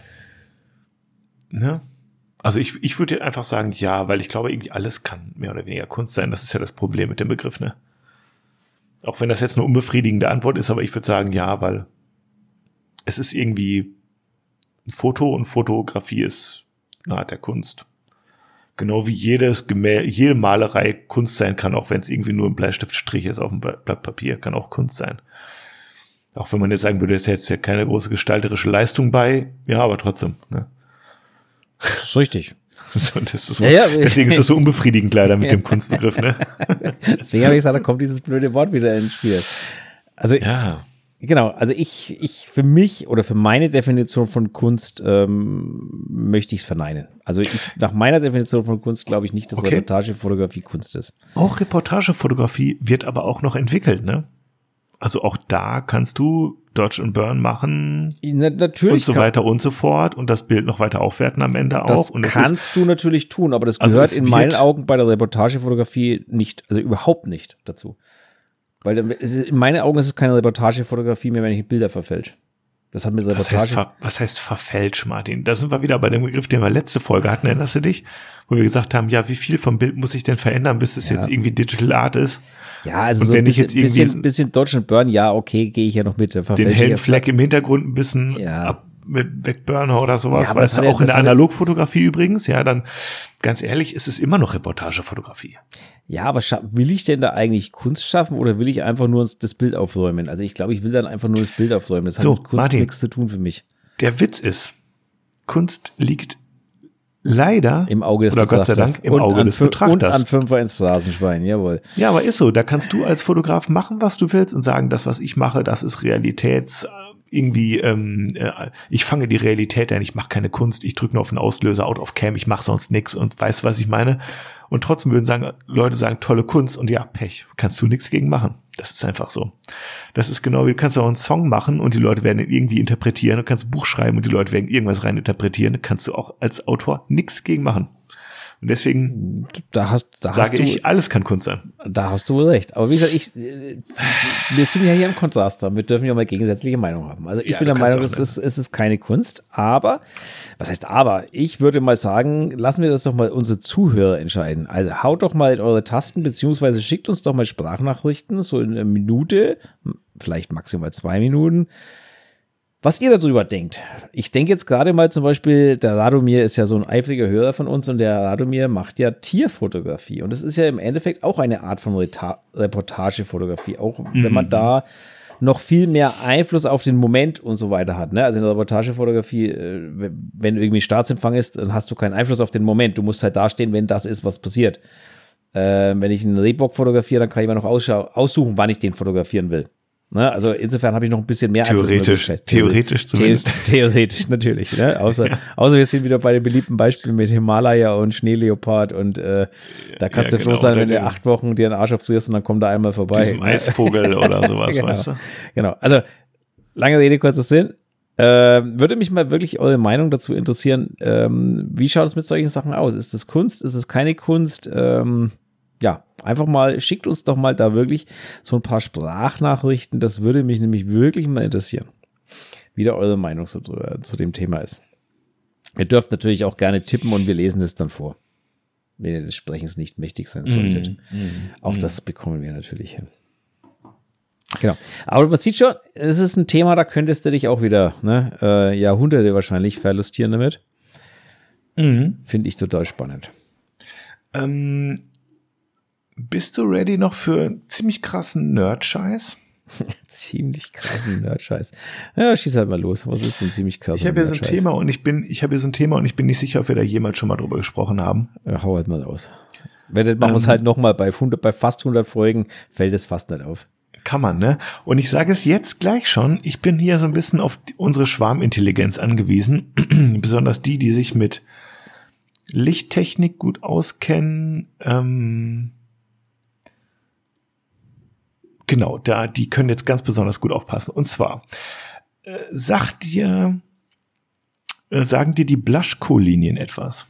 ne? Also ich würde einfach sagen, ja, weil ich glaube, irgendwie alles kann mehr oder weniger Kunst sein. Das ist ja das Problem mit dem Begriff, ne? Auch wenn das jetzt eine unbefriedigende Antwort ist, aber ich würde sagen, ja, weil es ist irgendwie ein Foto und Fotografie ist eine Art der Kunst. Genau wie jede Malerei Kunst sein kann, auch wenn es irgendwie nur ein Bleistiftstrich ist auf dem Blatt Papier, kann auch Kunst sein. Auch wenn man jetzt sagen würde, es ist jetzt ja keine große gestalterische Leistung bei, ja, aber trotzdem. Ne? Das ist richtig. Deswegen ist das so unbefriedigend leider mit dem Kunstbegriff. Ne? Deswegen habe ich gesagt, da kommt dieses blöde Wort wieder ins Spiel. Also ja. Genau, also ich für mich oder für meine Definition von Kunst möchte ich es verneinen. Also nach meiner Definition von Kunst glaube ich nicht, dass Reportagefotografie Kunst ist. Auch Reportagefotografie wird aber auch noch entwickelt, ne? Also auch da kannst du Dodge and Burn machen natürlich und so weiter und so fort und das Bild noch weiter aufwerten am Ende das auch. Und das kannst du natürlich tun, aber das gehört in meinen Augen bei der Reportagefotografie nicht, also überhaupt nicht dazu. Weil in meinen Augen ist es keine Reportagefotografie mehr, wenn ich Bilder verfälsche. Das hat mit Reportage. Was heißt verfälscht, Martin? Da sind wir wieder bei dem Begriff, den wir letzte Folge hatten. Erinnerst du dich? Wo wir gesagt haben, ja, wie viel vom Bild muss ich denn verändern, bis es jetzt irgendwie Digital Art ist? Ja, also so ein bisschen Dodge and Burn, ja, okay, gehe ich ja noch mit. Den hellen Fleck im Hintergrund ein bisschen wegburnen oder sowas. Ja, weil es auch in der Analogfotografie übrigens, ja, dann ganz ehrlich, ist es immer noch Reportagefotografie. Ja, aber will ich denn da eigentlich Kunst schaffen oder will ich einfach nur das Bild aufräumen? Also ich glaube, ich will dann einfach nur das Bild aufräumen. Das hat mit Kunst Martin, nichts zu tun für mich. Der Witz ist, Kunst leider im Auge des Betrachters. Gott sei Dank im Auge des Betrachters. Und an Fünfer ins Phrasenschwein, jawohl. Ja, aber ist so. Da kannst du als Fotograf machen, was du willst und sagen, das, was ich mache, das ist irgendwie, ich fange die Realität ein, ich mache keine Kunst, ich drücke nur auf den Auslöser, out of cam, ich mache sonst nichts und weißt, was ich meine? Und trotzdem würden Leute sagen, tolle Kunst und ja, Pech, kannst du nichts gegen machen. Das ist einfach so. Das ist genau wie, du kannst auch einen Song machen und die Leute werden ihn irgendwie interpretieren, du kannst ein Buch schreiben und die Leute werden irgendwas rein interpretieren, da kannst du auch als Autor nichts gegen machen. Und deswegen sage ich, alles kann Kunst sein. Da hast du wohl recht. Aber wie gesagt, wir sind ja hier im Kontrast, wir dürfen ja mal gegensätzliche Meinung haben. Also ich bin der Meinung, es ist keine Kunst, aber, was heißt aber? Ich würde mal sagen, lassen wir das doch mal unsere Zuhörer entscheiden. Also haut doch mal in eure Tasten, beziehungsweise schickt uns doch mal Sprachnachrichten, so in einer Minute, vielleicht maximal 2 Minuten. was ihr darüber denkt. Ich denke jetzt gerade mal zum Beispiel, der Radomir ist ja so ein eifriger Hörer von uns und der Radomir macht ja Tierfotografie und das ist ja im Endeffekt auch eine Art von Reportagefotografie, auch wenn man da noch viel mehr Einfluss auf den Moment und so weiter hat. Ne? Also in der Reportagefotografie, wenn irgendwie Staatsempfang ist, dann hast du keinen Einfluss auf den Moment. Du musst halt dastehen, wenn das ist, was passiert. Wenn ich einen Rehbock fotografiere, dann kann ich mir noch aussuchen, wann ich den fotografieren will. Ne? Also insofern habe ich noch ein bisschen mehr Theoretisch zumindest. Theoretisch natürlich. Ne? Außer wir sind wieder bei den beliebten Beispielen mit Himalaya und Schneeleopard und da kannst du froh sein, wenn du 8 Wochen dir einen Arsch abfrierst und dann kommt da einmal vorbei. Diesem Eisvogel oder sowas, genau. Weißt du? Genau, also lange Rede, kurzer Sinn. Würde mich mal wirklich eure Meinung dazu interessieren. Wie schaut es mit solchen Sachen aus? Ist es Kunst? Ist es keine Kunst? Ja, einfach mal, schickt uns doch mal da wirklich so ein paar Sprachnachrichten. Das würde mich nämlich wirklich mal interessieren, wie da eure Meinung zu dem Thema ist. Ihr dürft natürlich auch gerne tippen und wir lesen das dann vor, wenn ihr des Sprechens nicht mächtig sein solltet. Auch das bekommen wir natürlich hin. Genau. Aber man sieht schon, es ist ein Thema, da könntest du dich auch wieder Jahrhunderte wahrscheinlich verlustieren damit. Finde ich total spannend. Bist du ready noch für ziemlich krassen Nerd-Scheiß? Ziemlich krassen Nerd-Scheiß. Ja, schieß halt mal los. Was ist denn ziemlich krass? Ich habe hier so ein Thema und ich bin nicht sicher, ob wir da jemals schon mal drüber gesprochen haben. Ja, hau halt mal aus. Wenn nicht, machen wir es halt nochmal bei fast 100 Folgen, fällt es fast nicht auf. Kann man, ne? Und ich sage es jetzt gleich schon, ich bin hier so ein bisschen auf unsere Schwarmintelligenz angewiesen. Besonders die sich mit Lichttechnik gut auskennen. Genau, die können jetzt ganz besonders gut aufpassen. Und zwar, sagen dir die Blaschko-Linien etwas?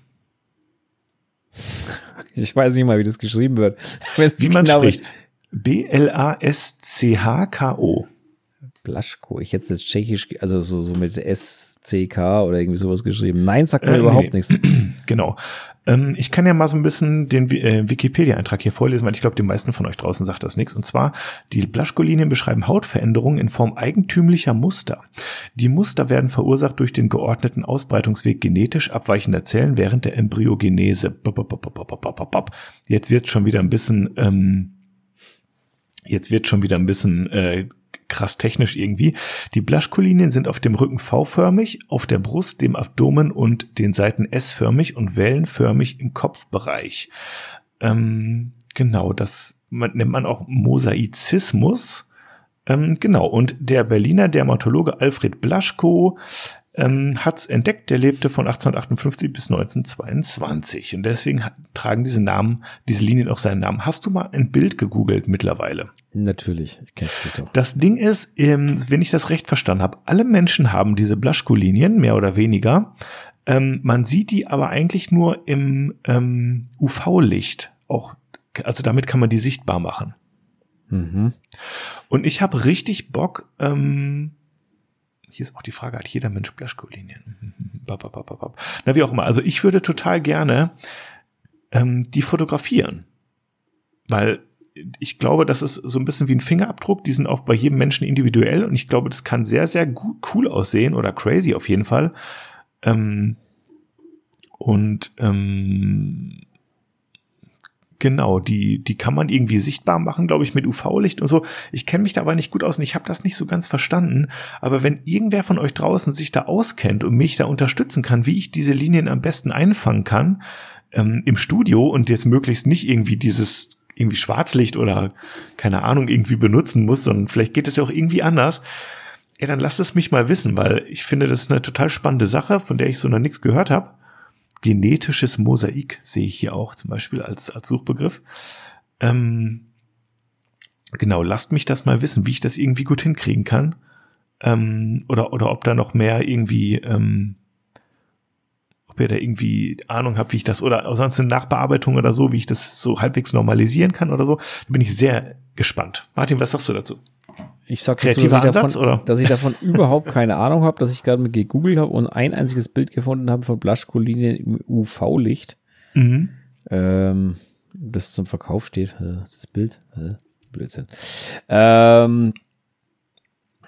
Ich weiß nicht mal, wie das geschrieben wird. Wie man spricht. Blaschko. Blaschko. Ich hätte es jetzt tschechisch, also so mit SCK oder irgendwie sowas geschrieben. Nein, sagt mir überhaupt nichts. Genau. Ich kann ja mal so ein bisschen den Wikipedia-Eintrag hier vorlesen, weil ich glaube, den meisten von euch draußen sagt das nichts. Und zwar, die Blaschko-Linien beschreiben Hautveränderungen in Form eigentümlicher Muster. Die Muster werden verursacht durch den geordneten Ausbreitungsweg genetisch abweichender Zellen während der Embryogenese. Jetzt wird schon wieder ein bisschen krass technisch irgendwie. Die Blaschko-Linien sind auf dem Rücken V-förmig, auf der Brust, dem Abdomen und den Seiten S-förmig und wellenförmig im Kopfbereich. Genau, das nennt man auch Mosaizismus. Genau, und der Berliner Dermatologe Alfred Blaschko hat's entdeckt. Der lebte von 1858 bis 1922 und deswegen tragen diese Linien auch seinen Namen. Hast du mal ein Bild gegoogelt mittlerweile? Natürlich, ich kenn's gut doch. Das Ding ist, wenn ich das recht verstanden habe, alle Menschen haben diese Blaschko-Linien, mehr oder weniger. Man sieht die aber eigentlich nur im UV-Licht. Auch, also damit kann man die sichtbar machen. Mhm. Und ich habe richtig Bock, hier ist auch die Frage, hat jeder Mensch Blaschko-Linien? Na, wie auch immer. Also ich würde total gerne die fotografieren. Weil ich glaube, das ist so ein bisschen wie ein Fingerabdruck. Die sind auch bei jedem Menschen individuell. Und ich glaube, das kann sehr, sehr cool aussehen oder crazy auf jeden Fall. Genau, die kann man irgendwie sichtbar machen, glaube ich, mit UV-Licht und so. Ich kenne mich da aber nicht gut aus und ich habe das nicht so ganz verstanden. Aber wenn irgendwer von euch draußen sich da auskennt und mich da unterstützen kann, wie ich diese Linien am besten einfangen kann, im Studio und jetzt möglichst nicht irgendwie irgendwie Schwarzlicht oder keine Ahnung irgendwie benutzen muss, sondern vielleicht geht es ja auch irgendwie anders. Ja, dann lasst es mich mal wissen, weil ich finde, das ist eine total spannende Sache, von der ich so noch nichts gehört habe. Genetisches Mosaik sehe ich hier auch zum Beispiel als Suchbegriff. Genau, lasst mich das mal wissen, wie ich das irgendwie gut hinkriegen kann. Oder ob da noch mehr irgendwie, ob ihr da irgendwie Ahnung habt, wie ich das, oder sonst eine Nachbearbeitung oder so, wie ich das so halbwegs normalisieren kann oder so. Da bin ich sehr gespannt. Martin, was sagst du dazu? Ich sag dazu, dass ich davon überhaupt keine Ahnung habe, dass ich gerade mit gegoogelt habe und ein einziges Bild gefunden habe von Blaschko-Linien im UV-Licht. Mhm. Das zum Verkauf steht. Das Bild. Blödsinn.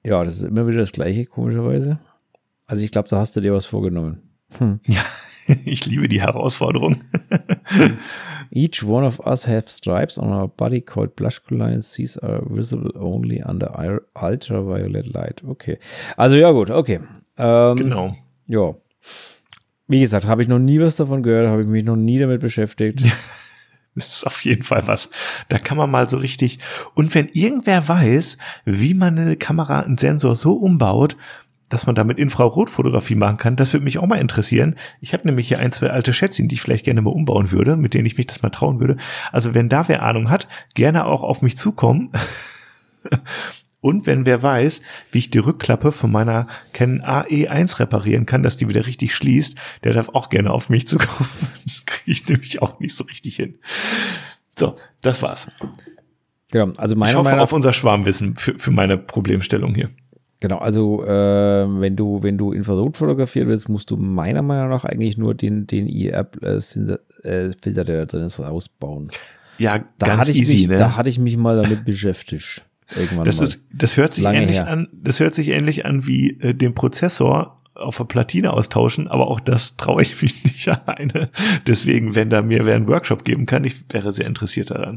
Ja, das ist immer wieder das Gleiche, komischerweise. Also ich glaube, da hast du dir was vorgenommen. Ja, ich liebe die Herausforderung. Each one of us have stripes on our body called blush lines. These are visible only under ultraviolet light. Okay. Also ja gut, okay. Genau. Ja. Wie gesagt, habe ich noch nie was davon gehört, habe ich mich noch nie damit beschäftigt. Ja, das ist auf jeden Fall was. Da kann man mal so richtig. Und wenn irgendwer weiß, wie man eine Kamera, einen Sensor so umbaut, dass man damit Infrarotfotografie machen kann, das würde mich auch mal interessieren. Ich habe nämlich hier 1, 2 alte Schätzchen, die ich vielleicht gerne mal umbauen würde, mit denen ich mich das mal trauen würde. Also wenn da wer Ahnung hat, gerne auch auf mich zukommen. Und wenn wer weiß, wie ich die Rückklappe von meiner Canon AE1 reparieren kann, dass die wieder richtig schließt, der darf auch gerne auf mich zukommen. Das kriege ich nämlich auch nicht so richtig hin. So, das war's. Genau, also ich hoffe auf unser Schwarmwissen für meine Problemstellung hier. Genau, also wenn du Infrarot fotografieren willst, musst du meiner Meinung nach eigentlich nur den IR-Filter, der da drin ist, ausbauen. Ja, ganz easy, ne? Da hatte ich mich mal damit beschäftigt. Das hört sich ähnlich an wie den Prozessor auf der Platine austauschen, aber auch das traue ich mich nicht alleine. Deswegen, wenn da mir wer einen Workshop geben kann, ich wäre sehr interessiert daran.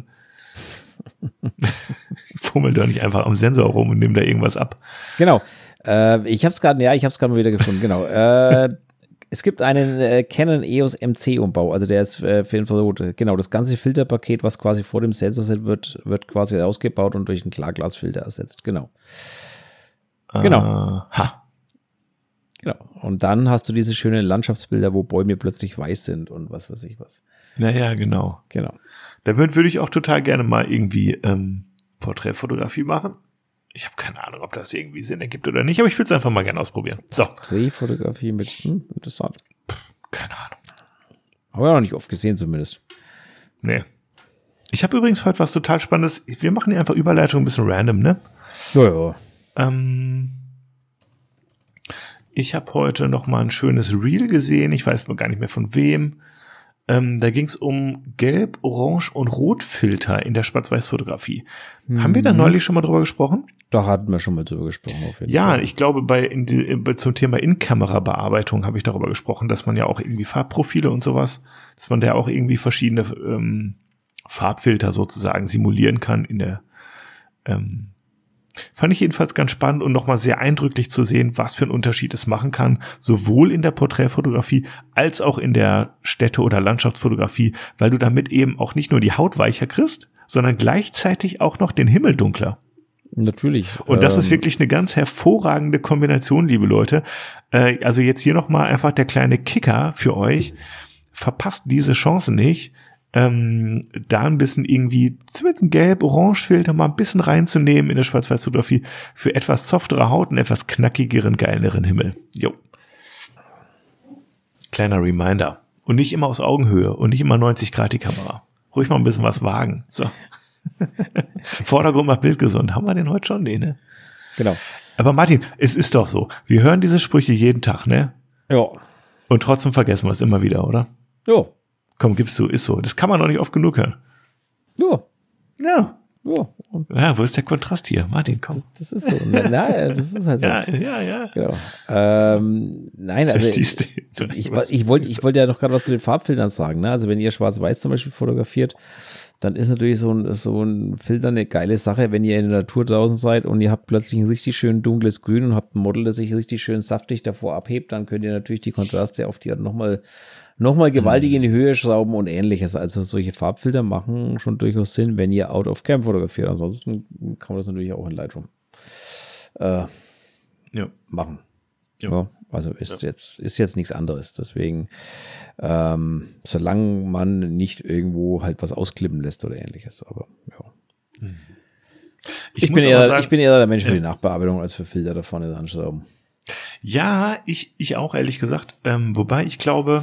Ich fummel doch nicht einfach am Sensor rum und nehme da irgendwas ab. Genau. Ich habe es gerade mal wieder gefunden. Genau. Es gibt einen Canon EOS MC Umbau, also der ist für Infrarot. Genau, das ganze Filterpaket, was quasi vor dem Sensor sitzt, wird quasi ausgebaut und durch einen Klarglasfilter ersetzt. Genau. Genau. Genau. Und dann hast du diese schönen Landschaftsbilder, wo Bäume plötzlich weiß sind und was weiß ich was. Naja, genau. Damit würde ich auch total gerne mal irgendwie Porträtfotografie machen. Ich habe keine Ahnung, ob das irgendwie Sinn ergibt oder nicht, aber ich würde es einfach mal gerne ausprobieren. So. Porträtfotografie mit, interessant. Keine Ahnung. Haben wir noch nicht oft gesehen zumindest. Nee. Ich habe übrigens heute was total Spannendes. Wir machen hier einfach Überleitung ein bisschen random, ne? Ja. Ich habe heute noch mal ein schönes Reel gesehen. Ich weiß gar nicht mehr von wem. Da ging es um Gelb-, Orange- und Rotfilter in der Schwarz-Weiß-Fotografie. Haben wir da neulich schon mal drüber gesprochen? Da hatten wir schon mal drüber gesprochen. Auf jeden Fall. Ja, ich glaube, zum Thema In-Kamera-Bearbeitung habe ich darüber gesprochen, dass man ja auch irgendwie Farbprofile und sowas, dass man da auch irgendwie verschiedene Farbfilter sozusagen simulieren kann in der fand ich jedenfalls ganz spannend und nochmal sehr eindrücklich zu sehen, was für einen Unterschied es machen kann, sowohl in der Porträtfotografie als auch in der Städte- oder Landschaftsfotografie, weil du damit eben auch nicht nur die Haut weicher kriegst, sondern gleichzeitig auch noch den Himmel dunkler. Natürlich. Und das ist wirklich eine ganz hervorragende Kombination, liebe Leute. Also jetzt hier nochmal einfach der kleine Kicker für euch. Verpasst diese Chance nicht. Da ein bisschen irgendwie, zumindest ein Gelb-Orange-Filter mal ein bisschen reinzunehmen in der Schwarz-Weiß-Fotografie für etwas softere Haut und etwas knackigeren, geileren Himmel. Jo. Kleiner Reminder. Und nicht immer aus Augenhöhe und nicht immer 90 Grad die Kamera. Ruhig mal ein bisschen was wagen. So. Vordergrund macht Bild gesund. Haben wir den heute schon? Nee, ne? Genau. Aber Martin, es ist doch so. Wir hören diese Sprüche jeden Tag, ne? Ja. Und trotzdem vergessen wir es immer wieder, oder? Ja. Komm, gibst du, ist so. Das kann man doch nicht oft genug hören. Ja. Ja. Ja, wo ist der Kontrast hier? Martin, komm. Das ist so. Naja, das ist halt so. Ja. Genau. Nein, also ich wollte ja noch gerade was zu den Farbfiltern sagen. Ne? Also wenn ihr Schwarz-Weiß zum Beispiel fotografiert, dann ist natürlich so ein Filter eine geile Sache, wenn ihr in der Natur draußen seid und ihr habt plötzlich ein richtig schön dunkles Grün und habt ein Model, das sich richtig schön saftig davor abhebt, dann könnt ihr natürlich die Kontraste auf die Art nochmal gewaltig in die Höhe schrauben und ähnliches. Also solche Farbfilter machen schon durchaus Sinn, wenn ihr out of cam fotografiert. Ansonsten kann man das natürlich auch in Lightroom machen. Ja, also ist jetzt nichts anderes. Deswegen, solange man nicht irgendwo halt was ausklippen lässt oder ähnliches. Aber ja. Ich bin eher der Mensch für die Nachbearbeitung als für Filter da vorne anschrauben. Ja, ich auch, ehrlich gesagt. Wobei ich glaube,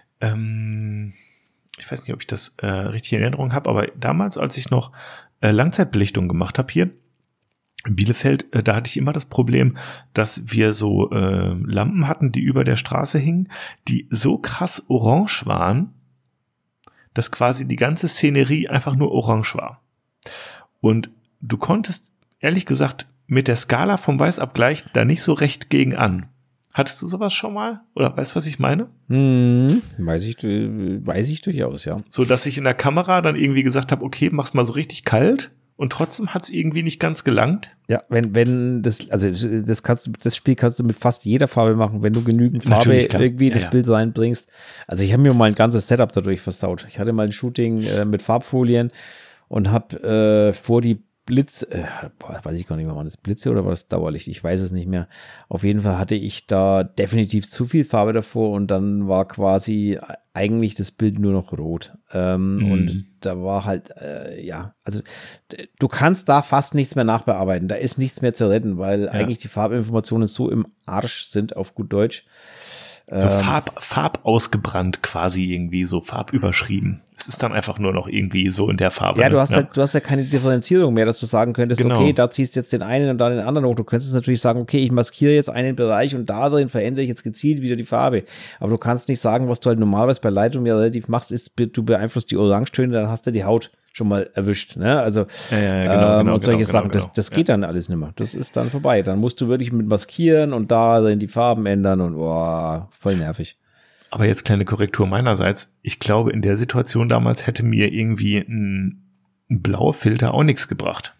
ich weiß nicht, ob ich das richtig in Erinnerung habe, aber damals, als ich noch Langzeitbelichtung gemacht habe hier in Bielefeld, da hatte ich immer das Problem, dass wir so Lampen hatten, die über der Straße hingen, die so krass orange waren, dass quasi die ganze Szenerie einfach nur orange war. Und du konntest, ehrlich gesagt, mit der Skala vom Weißabgleich da nicht so recht gegen an. Hattest du sowas schon mal? Oder weißt du, was ich meine? Weiß ich durchaus, ja. So, dass ich in der Kamera dann irgendwie gesagt habe, okay, mach's mal so richtig kalt und trotzdem hat's irgendwie nicht ganz gelangt. Ja, wenn das Spiel kannst du mit fast jeder Farbe machen, wenn du genügend Farbe irgendwie das Bild reinbringst. Also ich habe mir mal ein ganzes Setup dadurch versaut. Ich hatte mal ein Shooting mit Farbfolien und habe vor die weiß ich gar nicht mehr, war das Blitze oder war das Dauerlicht? Ich weiß es nicht mehr. Auf jeden Fall hatte ich da definitiv zu viel Farbe davor und dann war quasi eigentlich das Bild nur noch rot. Und da war halt, also du kannst da fast nichts mehr nachbearbeiten. Da ist nichts mehr zu retten, weil eigentlich die Farbinformationen so im Arsch sind, auf gut Deutsch. So Farb ausgebrannt quasi irgendwie, so farbüberschrieben. Es ist dann einfach nur noch irgendwie so in der Farbe. Ja, du hast ja keine Differenzierung mehr, dass du sagen könntest, okay, da ziehst du jetzt den einen und dann den anderen hoch. Du könntest natürlich sagen, okay, ich maskiere jetzt einen Bereich und da drin verändere ich jetzt gezielt wieder die Farbe. Aber du kannst nicht sagen, was du halt normalerweise bei Lightroom ja relativ machst, ist, du beeinflusst die Orangetöne, dann hast du die Haut schon mal erwischt, ne? Also und solche Sachen, das geht dann alles nicht mehr. Das ist dann vorbei. Dann musst du wirklich mit maskieren und da drin die Farben ändern und voll nervig. Aber jetzt kleine Korrektur meinerseits. Ich glaube, in der Situation damals hätte mir irgendwie ein blauer Filter auch nichts gebracht.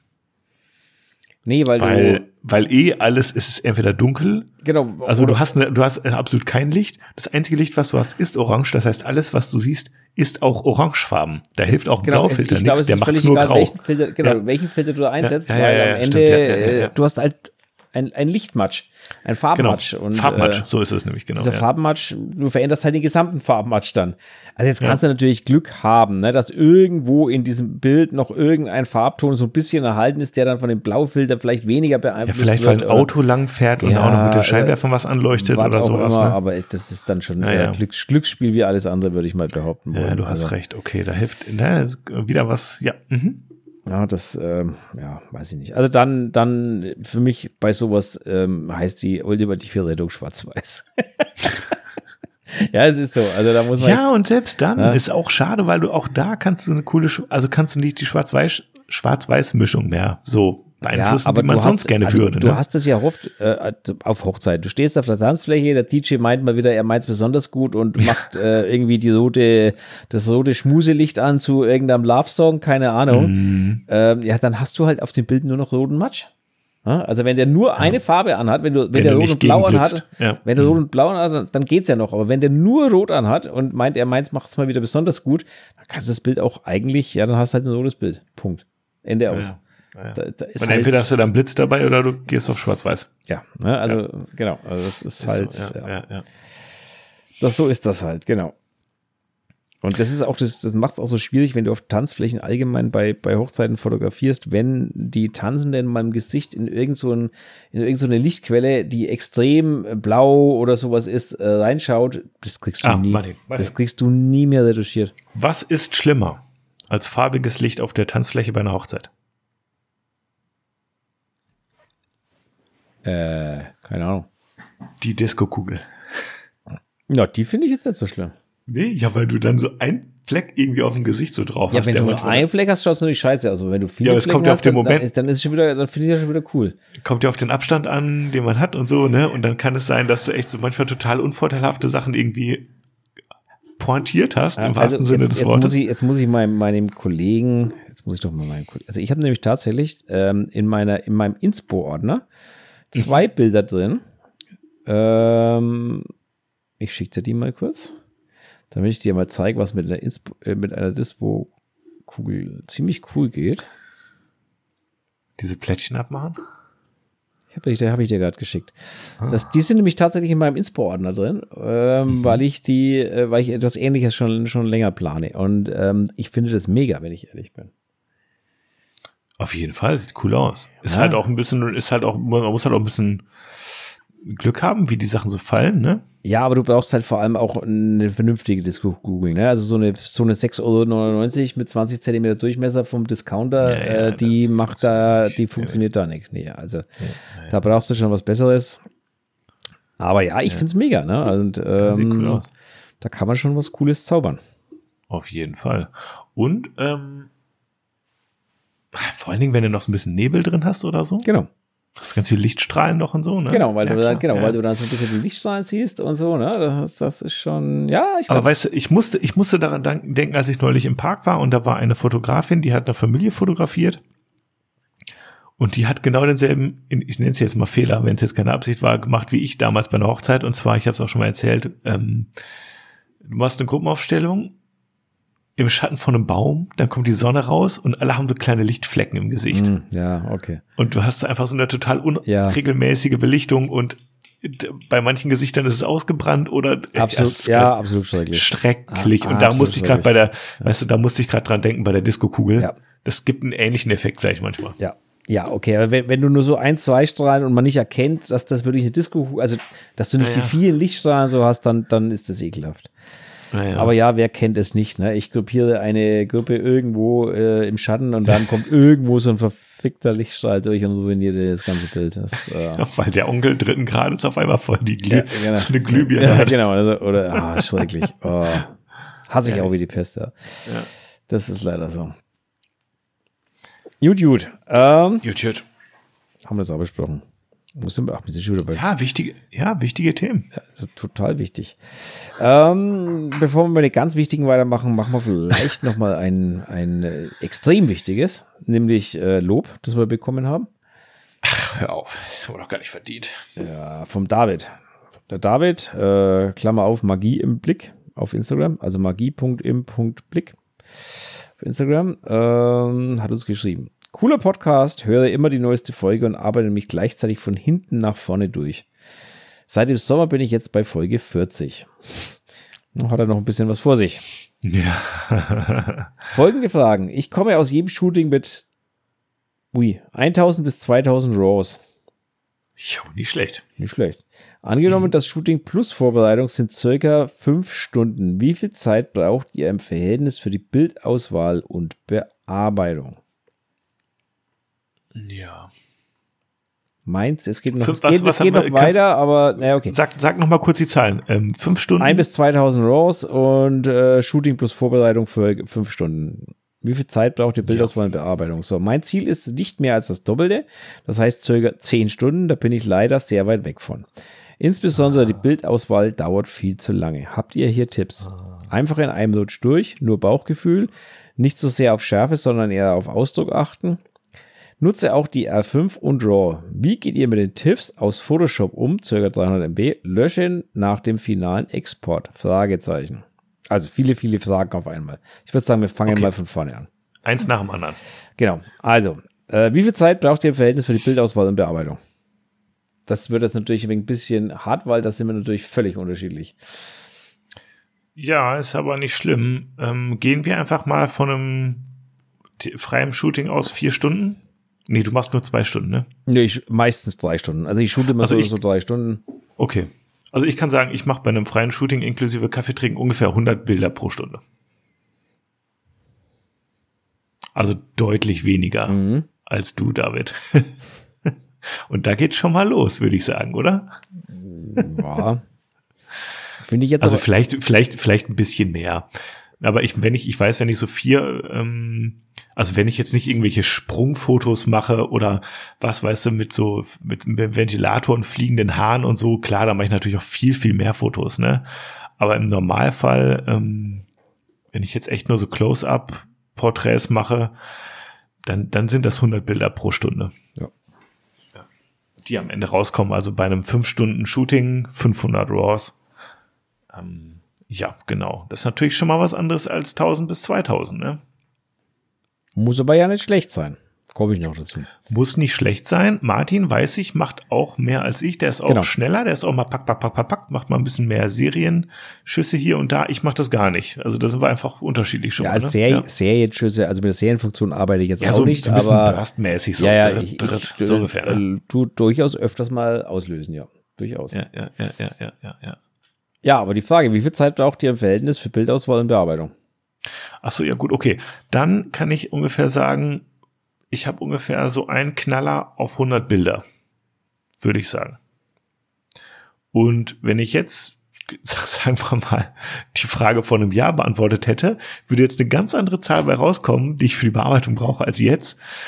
Nee, weil alles ist entweder dunkel. Genau. Also du hast absolut kein Licht. Das einzige Licht, was du hast, ist orange. Das heißt, alles, was du siehst, ist auch orangefarben. Da hilft auch Blaufilter nichts. Der macht nur grau. Welchen Filter du einsetzt, weil am Ende du hast halt ein Lichtmatsch, ein Farbmatsch. Genau. Und, Farbmatsch, so ist es nämlich, genau. Dieser Farbmatsch, du veränderst halt den gesamten Farbmatsch dann. Also jetzt kannst du natürlich Glück haben, ne, dass irgendwo in diesem Bild noch irgendein Farbton so ein bisschen erhalten ist, der dann von dem Blaufilter vielleicht weniger beeinflusst wird. Ja, vielleicht weil ein Auto lang fährt und auch noch mit den Scheinwerfern was anleuchtet oder sowas. Immer, ne? Aber das ist dann schon Glücksspiel wie alles andere, würde ich mal behaupten wollen. Ja, du hast recht. Okay, da hilft wieder was. Ja, Ja, das, weiß ich nicht. Also dann für mich bei sowas heißt die ultimative Rettung schwarz-weiß. Ja, es ist so. Also da muss man. Ja, und selbst dann ist auch schade, weil du auch da kannst du kannst du nicht die Schwarz-Weiß-Mischung mehr so beeinflussen, wie man sonst gerne würde. Du hast es ja oft auf Hochzeit. Du stehst auf der Tanzfläche, der DJ meint mal wieder, er meint es besonders gut und macht irgendwie das rote Schmuselicht an zu irgendeinem Love-Song, keine Ahnung. Dann hast du halt auf dem Bild nur noch roten Matsch. Also wenn der nur eine Farbe anhat, wenn der rot und blau anhat, wenn der rot und blau anhat, dann geht's ja noch. Aber wenn der nur rot anhat und meint, er meint's, macht's mal wieder besonders gut, dann kannst du das Bild auch eigentlich, dann hast du halt ein rotes Bild. Punkt. Ende aus. Da ist und entweder hast du dann Blitz dabei oder du gehst auf Schwarz-Weiß. Ja, ne, genau. Also das ist halt, so ist das halt, genau. Und das ist auch, das macht es auch so schwierig, wenn du auf Tanzflächen allgemein bei Hochzeiten fotografierst, wenn die Tanzenden in meinem Gesicht in irgend so eine Lichtquelle, die extrem blau oder sowas ist, reinschaut, das kriegst du nie. Das kriegst du nie mehr retuschiert. Was ist schlimmer als farbiges Licht auf der Tanzfläche bei einer Hochzeit? Keine Ahnung. Die Disco-Kugel. Ja, die finde ich jetzt nicht so schlimm. Nee, ja, weil du dann so einen Fleck irgendwie auf dem Gesicht so drauf hast. Ja, wenn du nur einen Fleck hast, schaut es natürlich scheiße aus. Also wenn du viele Flecken hast, dann finde ich ja schon wieder cool. Kommt ja auf den Abstand an, den man hat und so, ne? Und dann kann es sein, dass du echt so manchmal total unvorteilhafte Sachen irgendwie pointiert hast, im wahrsten Sinne des Wortes. Jetzt muss ich meinem Kollegen, also ich habe nämlich tatsächlich in meinem Inspo-Ordner 2 Bilder drin. Ich schicke dir die mal kurz, damit ich dir mal zeige, was mit einer Dispo-Kugel ziemlich cool geht. Diese Plättchen abmachen? Hab ich dir gerade geschickt. Die sind nämlich tatsächlich in meinem Inspo-Ordner drin, weil ich etwas Ähnliches schon länger plane. Und ich finde das mega, wenn ich ehrlich bin. Auf jeden Fall, sieht cool aus. Man muss halt auch ein bisschen Glück haben, wie die Sachen so fallen, ne? Ja, aber du brauchst halt vor allem auch eine vernünftige Disco-Kugel, ne? Also so eine 6,99 € mit 20 cm Durchmesser vom Discounter, die funktioniert da nichts. Nee, also da brauchst du schon was Besseres. Aber ja, ich find's mega, ne? Und sieht cool aus. Da kann man schon was Cooles zaubern. Auf jeden Fall. Und vor allen Dingen, wenn du noch so ein bisschen Nebel drin hast oder so. Genau. Das ist ganz viel Lichtstrahlen noch und so, ne? Genau, weil du dann so ein bisschen die Lichtstrahlen siehst und so, ne? Das ist schon, ja, ich glaube. Aber weißt du, ich musste daran denken, als ich neulich im Park war und da war eine Fotografin, die hat eine Familie fotografiert und die hat genau denselben, ich nenne es jetzt mal Fehler, wenn es jetzt keine Absicht war, gemacht wie ich damals bei einer Hochzeit. Und zwar, ich habe es auch schon mal erzählt, du machst eine Gruppenaufstellung im Schatten von einem Baum, dann kommt die Sonne raus und alle haben so kleine Lichtflecken im Gesicht. Ja, okay. Und du hast einfach so eine total unregelmäßige Belichtung und bei manchen Gesichtern ist es ausgebrannt oder absolut schrecklich. Schrecklich. Und da musste ich gerade da musste ich gerade dran denken bei der Disco-Kugel. Ja. Das gibt einen ähnlichen Effekt, sag ich manchmal. Ja, okay, aber wenn du nur so 1, 2 Strahlen und man nicht erkennt, dass das wirklich eine Disco, also dass du nicht die vielen Lichtstrahlen so hast, dann ist das ekelhaft. Ja. Aber ja, wer kennt es nicht, ne? Ich gruppiere eine Gruppe irgendwo im Schatten und dann kommt irgendwo so ein verfickter Lichtstrahl durch und ruiniert das ganze Bild. Weil der Onkel 3. Grades auf einmal voll die so eine Glühbirne hat. Genau, schrecklich. Hasse ich auch wie die Pest. Ja. Das ist leider so. Gut. Haben wir das auch besprochen. Wir sind schon wieder bei. Wichtige Themen. Ja, total wichtig. Bevor wir mit den ganz wichtigen weitermachen, machen wir vielleicht nochmal ein extrem wichtiges, nämlich Lob, das wir bekommen haben. Ach, hör auf. Das haben wir doch gar nicht verdient. Ja, vom David. Der David, Klammer auf, Magie im Blick auf Instagram, also magie.im.blick auf Instagram, hat uns geschrieben. Cooler Podcast, höre immer die neueste Folge und arbeite mich gleichzeitig von hinten nach vorne durch. Seit dem Sommer bin ich jetzt bei Folge 40. Noch hat er noch ein bisschen was vor sich. Ja. Folgende Fragen. Ich komme aus jedem Shooting mit 1000 bis 2000 RAWs. Jo, nicht schlecht. Nicht schlecht. Angenommen, das Shooting plus Vorbereitung sind circa 5 Stunden. Wie viel Zeit braucht ihr im Verhältnis für die Bildauswahl und Bearbeitung? Ja. Meins, es geht noch, weiter, aber naja, okay. Sag noch mal kurz die Zahlen. 5 Stunden? 1 bis 2000 RAWs und Shooting plus Vorbereitung für 5 Stunden. Wie viel Zeit braucht ihr Bildauswahl und Bearbeitung? So, mein Ziel ist nicht mehr als das Doppelte. Das heißt circa 10 Stunden. Da bin ich leider sehr weit weg von. Insbesondere die Bildauswahl dauert viel zu lange. Habt ihr hier Tipps? Einfach in einem Rutsch durch, nur Bauchgefühl. Nicht so sehr auf Schärfe, sondern eher auf Ausdruck achten. Nutze auch die R5 und RAW. Wie geht ihr mit den TIFFs aus Photoshop um, ca. 300 MB, löschen nach dem finalen Export? Fragezeichen. Also viele Fragen auf einmal. Ich würde sagen, wir fangen mal von vorne an. Eins nach dem anderen. Genau. Also, wie viel Zeit braucht ihr im Verhältnis für die Bildauswahl und Bearbeitung? Das wird jetzt natürlich ein bisschen hart, weil das sind wir natürlich völlig unterschiedlich. Ja, ist aber nicht schlimm. Gehen wir einfach mal von einem freien Shooting aus 4 Stunden? Nee, du machst nur 2 Stunden, ne? Nee, meistens 3 Stunden. Also ich shoote immer so 3 Stunden. Okay. Also ich kann sagen, ich mache bei einem freien Shooting inklusive Kaffeetrinken ungefähr 100 Bilder pro Stunde. Also deutlich weniger als du, David. Und da geht's schon mal los, würde ich sagen, oder? Ja. Finde ich jetzt also vielleicht ein bisschen mehr. Aber ich weiß, wenn ich so 4, also wenn ich jetzt nicht irgendwelche Sprungfotos mache oder was, weißt du, mit Ventilator und fliegenden Haaren und so, klar, da mache ich natürlich auch viel, viel mehr Fotos, ne? Aber im Normalfall, wenn ich jetzt echt nur so Close-Up-Porträts mache, dann sind das 100 Bilder pro Stunde. Ja. Die am Ende rauskommen, also bei einem 5-Stunden-Shooting 500 RAWs. Ja, genau. Das ist natürlich schon mal was anderes als 1000 bis 2000, ne? Muss aber ja nicht schlecht sein. Komme ich noch dazu. Muss nicht schlecht sein. Martin, weiß ich, macht auch mehr als ich. Der ist auch schneller. Der ist auch mal pack, macht mal ein bisschen mehr Serienschüsse hier und da. Ich mache das gar nicht. Also da sind wir einfach unterschiedlich schon. Ja, als Serienschüsse, also mit der Serienfunktion arbeite ich jetzt auch nicht. So ein bisschen burstmäßig. So, ich so ungefähr. Ne? Tu durchaus öfters mal auslösen, ja. Durchaus. Ja. Ja, aber die Frage, wie viel Zeit braucht ihr im Verhältnis für Bildauswahl und Bearbeitung? Ach so, ja gut, okay. Dann kann ich ungefähr sagen, ich habe ungefähr so einen Knaller auf 100 Bilder, würde ich sagen. Und wenn ich jetzt, sagen wir mal, die Frage vor einem Jahr beantwortet hätte, würde jetzt eine ganz andere Zahl bei rauskommen, die ich für die Bearbeitung brauche als jetzt.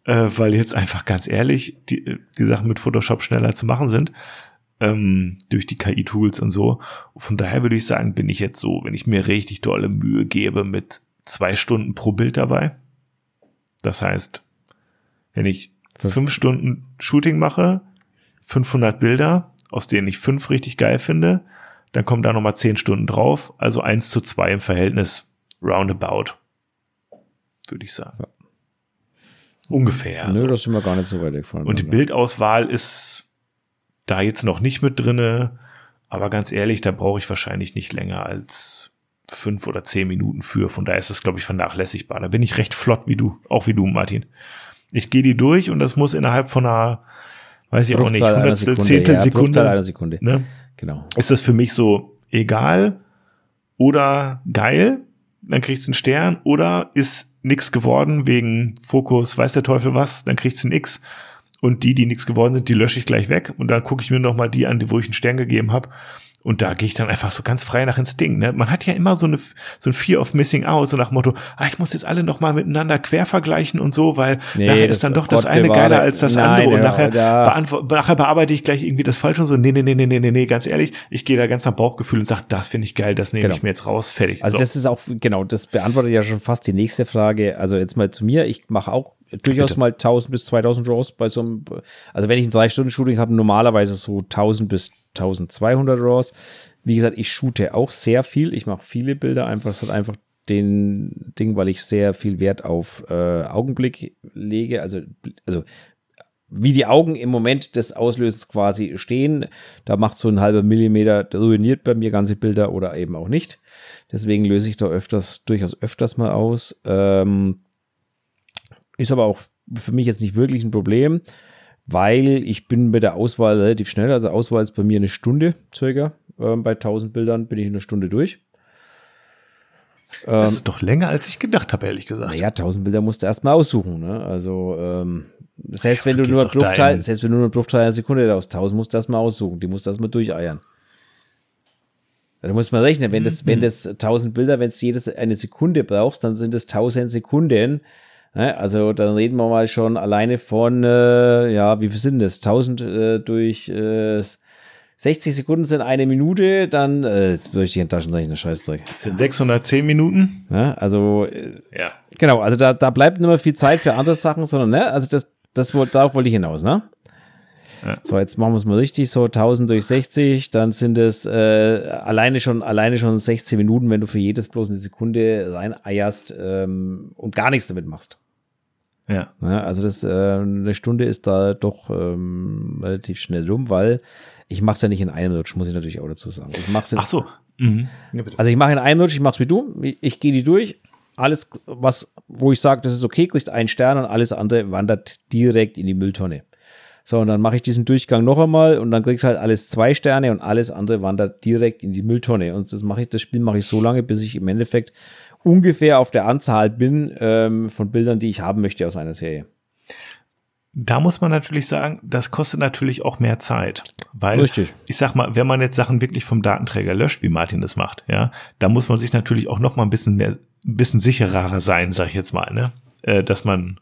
weil jetzt einfach ganz ehrlich die Sachen mit Photoshop schneller zu machen sind, durch die KI-Tools und so. Von daher würde ich sagen, bin ich jetzt so, wenn ich mir richtig dolle Mühe gebe, mit 2 Stunden pro Bild dabei. Das heißt, wenn ich 5 Stunden Shooting mache, 500 Bilder, aus denen ich 5 richtig geil finde, dann kommen da nochmal 10 Stunden drauf, also 1:2 im Verhältnis, roundabout, würde ich sagen. Ja. Ungefähr. Nö, das sind wir gar nicht so weit weg von. Und die Bildauswahl ist da jetzt noch nicht mit drinne, aber ganz ehrlich, da brauche ich wahrscheinlich nicht länger als 5 oder 10 Minuten für. Von daher ist das, glaube ich, vernachlässigbar. Da bin ich recht flott wie du, Martin. Ich gehe die durch und das muss innerhalb von einer, weiß ich auch nicht, Hundertstel, Zehntelsekunde. Einer Sekunde. Ne? Genau. Ist das für mich so egal oder geil? Dann kriegst du einen Stern, oder ist nix geworden wegen Fokus, weiß der Teufel was, dann kriegst du ein X. Und die nichts geworden sind, die lösche ich gleich weg. Und dann gucke ich mir noch mal die an, wo ich einen Stern gegeben habe. Und da gehe ich dann einfach so ganz frei nach Instinkt. Ne? Man hat ja immer so ein Fear of Missing Out, so nach Motto, ich muss jetzt alle noch mal miteinander quer vergleichen und so, weil nachher ist dann doch das eine geiler als das andere. Und nachher bearbeite ich gleich irgendwie das Falsche und so. Nee, ganz ehrlich, ich gehe da ganz nach Bauchgefühl und sage, das finde ich geil, das nehme ich mir jetzt raus, fertig. Also das ist auch, genau, das beantwortet ja schon fast die nächste Frage. Also jetzt mal zu mir, ich mache auch durchaus mal 1000 bis 2000 RAWs bei so einem, also wenn ich ein 3-Stunden-Shooting habe, normalerweise so 1000 bis 1200 RAWs. Wie gesagt, ich shoote auch sehr viel. Ich mache viele Bilder einfach. Es hat einfach den Ding, weil ich sehr viel Wert auf Augenblick lege. Also wie die Augen im Moment des Auslösens quasi stehen. Da macht so ein halber Millimeter, ruiniert bei mir ganze Bilder oder eben auch nicht. Deswegen löse ich da durchaus öfters mal aus. Ist aber auch für mich jetzt nicht wirklich ein Problem, weil ich bin mit der Auswahl relativ schnell. Also Auswahl ist bei mir eine Stunde circa. Bei 1000 Bildern bin ich in einer Stunde durch. Das ist doch länger, als ich gedacht habe, ehrlich gesagt. Naja, 1000 Bilder musst du erstmal aussuchen. Ne? Also selbst wenn du nur einen Bruchteil einer Sekunde aus 1000 musst du erstmal aussuchen. Die musst du erstmal durcheiern. Da muss man rechnen, wenn das 1000 Bilder, wenn es jedes eine Sekunde brauchst, dann sind es 1000 Sekunden. Also dann reden wir mal schon alleine von, wie viel sind das? 1000 durch 60 Sekunden sind eine Minute, dann, jetzt würde ich die Taschenrechner, Scheißdreck. Sind 610 Minuten. Ja, also, ja. Genau, also da bleibt nicht mehr viel Zeit für andere Sachen, sondern, also darauf wollte ich hinaus, ne? Ja. So, jetzt machen wir es mal richtig, so 1000 durch 60, dann sind es alleine schon 16 Minuten, wenn du für jedes bloß eine Sekunde reineierst und gar nichts damit machst. Ja. Also eine Stunde ist da doch relativ schnell rum, weil ich mache es ja nicht in einem Rutsch, muss ich natürlich auch dazu sagen. Ach so. Mhm. Ja, also ich mache in einem Rutsch, ich mache es wie du, ich gehe die durch, alles, wo ich sage, das ist okay, kriegt einen Stern und alles andere wandert direkt in die Mülltonne. So, und dann mache ich diesen Durchgang noch einmal und dann kriegt halt alles 2 Sterne und alles andere wandert direkt in die Mülltonne. Und das Spiel mache ich so lange, bis ich im Endeffekt ungefähr auf der Anzahl bin von Bildern, die ich haben möchte aus einer Serie. Da muss man natürlich sagen, das kostet natürlich auch mehr Zeit. Weil, richtig. Ich sag mal, wenn man jetzt Sachen wirklich vom Datenträger löscht, wie Martin das macht, ja, da muss man sich natürlich auch noch mal ein bisschen sicherer sein, sag ich jetzt mal, ne? Dass man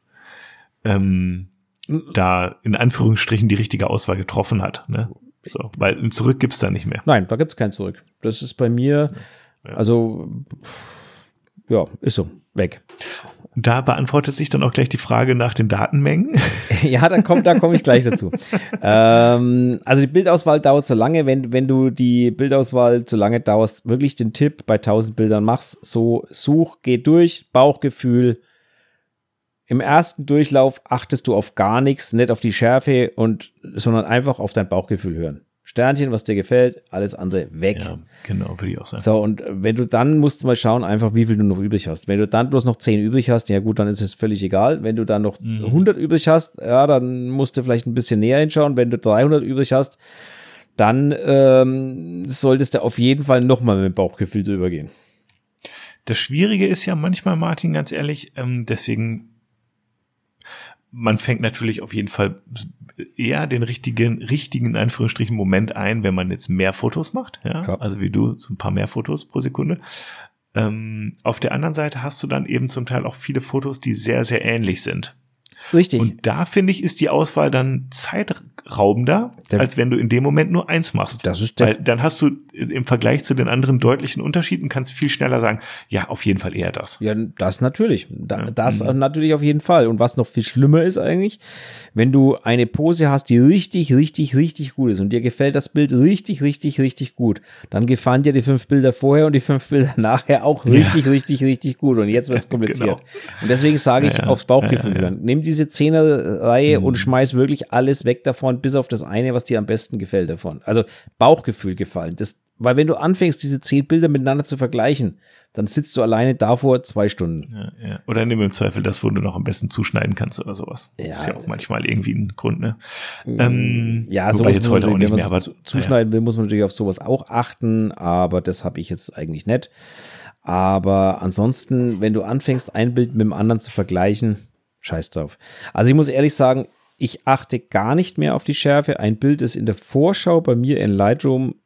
da in Anführungsstrichen die richtige Auswahl getroffen hat, ne? So, weil ein Zurück gibt's da nicht mehr. Nein, da gibt's kein Zurück. Das ist bei mir, also ja, ist so, weg. Da beantwortet sich dann auch gleich die Frage nach den Datenmengen. Ja, da komme ich gleich dazu. Also die Bildauswahl dauert so lange, wenn du die Bildauswahl zu lange dauerst, wirklich den Tipp bei 1000 Bildern machst, so geh durch, Bauchgefühl. Im ersten Durchlauf achtest du auf gar nichts, nicht auf die Schärfe sondern einfach auf dein Bauchgefühl hören. Sternchen, was dir gefällt, alles andere weg. Ja, genau, würde ich auch sagen. So, und wenn du dann, musst du mal schauen, einfach wie viel du noch übrig hast. Wenn du dann bloß noch 10 übrig hast, ja gut, dann ist es völlig egal. Wenn du dann noch 100 übrig hast, ja, dann musst du vielleicht ein bisschen näher hinschauen. Wenn du 300 übrig hast, dann solltest du auf jeden Fall nochmal mit dem Bauchgefühl drüber gehen. Das Schwierige ist ja manchmal, Martin, ganz ehrlich, deswegen, man fängt natürlich auf jeden Fall eher den richtigen in Anführungsstrichen Moment ein, wenn man jetzt mehr Fotos macht, ja? Also wie du, so ein paar mehr Fotos pro Sekunde. Auf der anderen Seite hast du dann eben zum Teil auch viele Fotos, die sehr, sehr ähnlich sind. Richtig. Und da, finde ich, ist die Auswahl dann zeitraubender, als wenn du in dem Moment nur eins machst. Das ist Weil dann hast du im Vergleich zu den anderen deutlichen Unterschieden, kannst viel schneller sagen, ja, auf jeden Fall eher das. Ja, das natürlich. Das natürlich auf jeden Fall. Und was noch viel schlimmer ist eigentlich, wenn du eine Pose hast, die richtig, richtig, richtig gut ist und dir gefällt das Bild richtig, richtig, richtig gut, dann gefallen dir die 5 Bilder vorher und die 5 Bilder nachher auch richtig, richtig, richtig gut. Und jetzt wird's kompliziert. Genau. Und deswegen sage ich aufs Bauchgefühl hören. Nimm diese 10er-Reihe und schmeiß wirklich alles weg davon, bis auf das eine, was dir am besten gefällt davon. Also Bauchgefühl gefallen. Weil wenn du anfängst, diese 10 Bilder miteinander zu vergleichen, dann sitzt du alleine davor 2 Stunden. Ja. Oder nimm im Zweifel das, wo du noch am besten zuschneiden kannst oder sowas. Ja. Ist ja auch manchmal irgendwie ein Grund, ne? Wobei jetzt heute auch nicht mehr. Aber zuschneiden will, muss man natürlich auf sowas auch achten, aber das habe ich jetzt eigentlich nicht. Aber ansonsten, wenn du anfängst, ein Bild mit dem anderen zu vergleichen, scheiß drauf. Also ich muss ehrlich sagen, ich achte gar nicht mehr auf die Schärfe. Ein Bild ist in der Vorschau bei mir in Lightroom,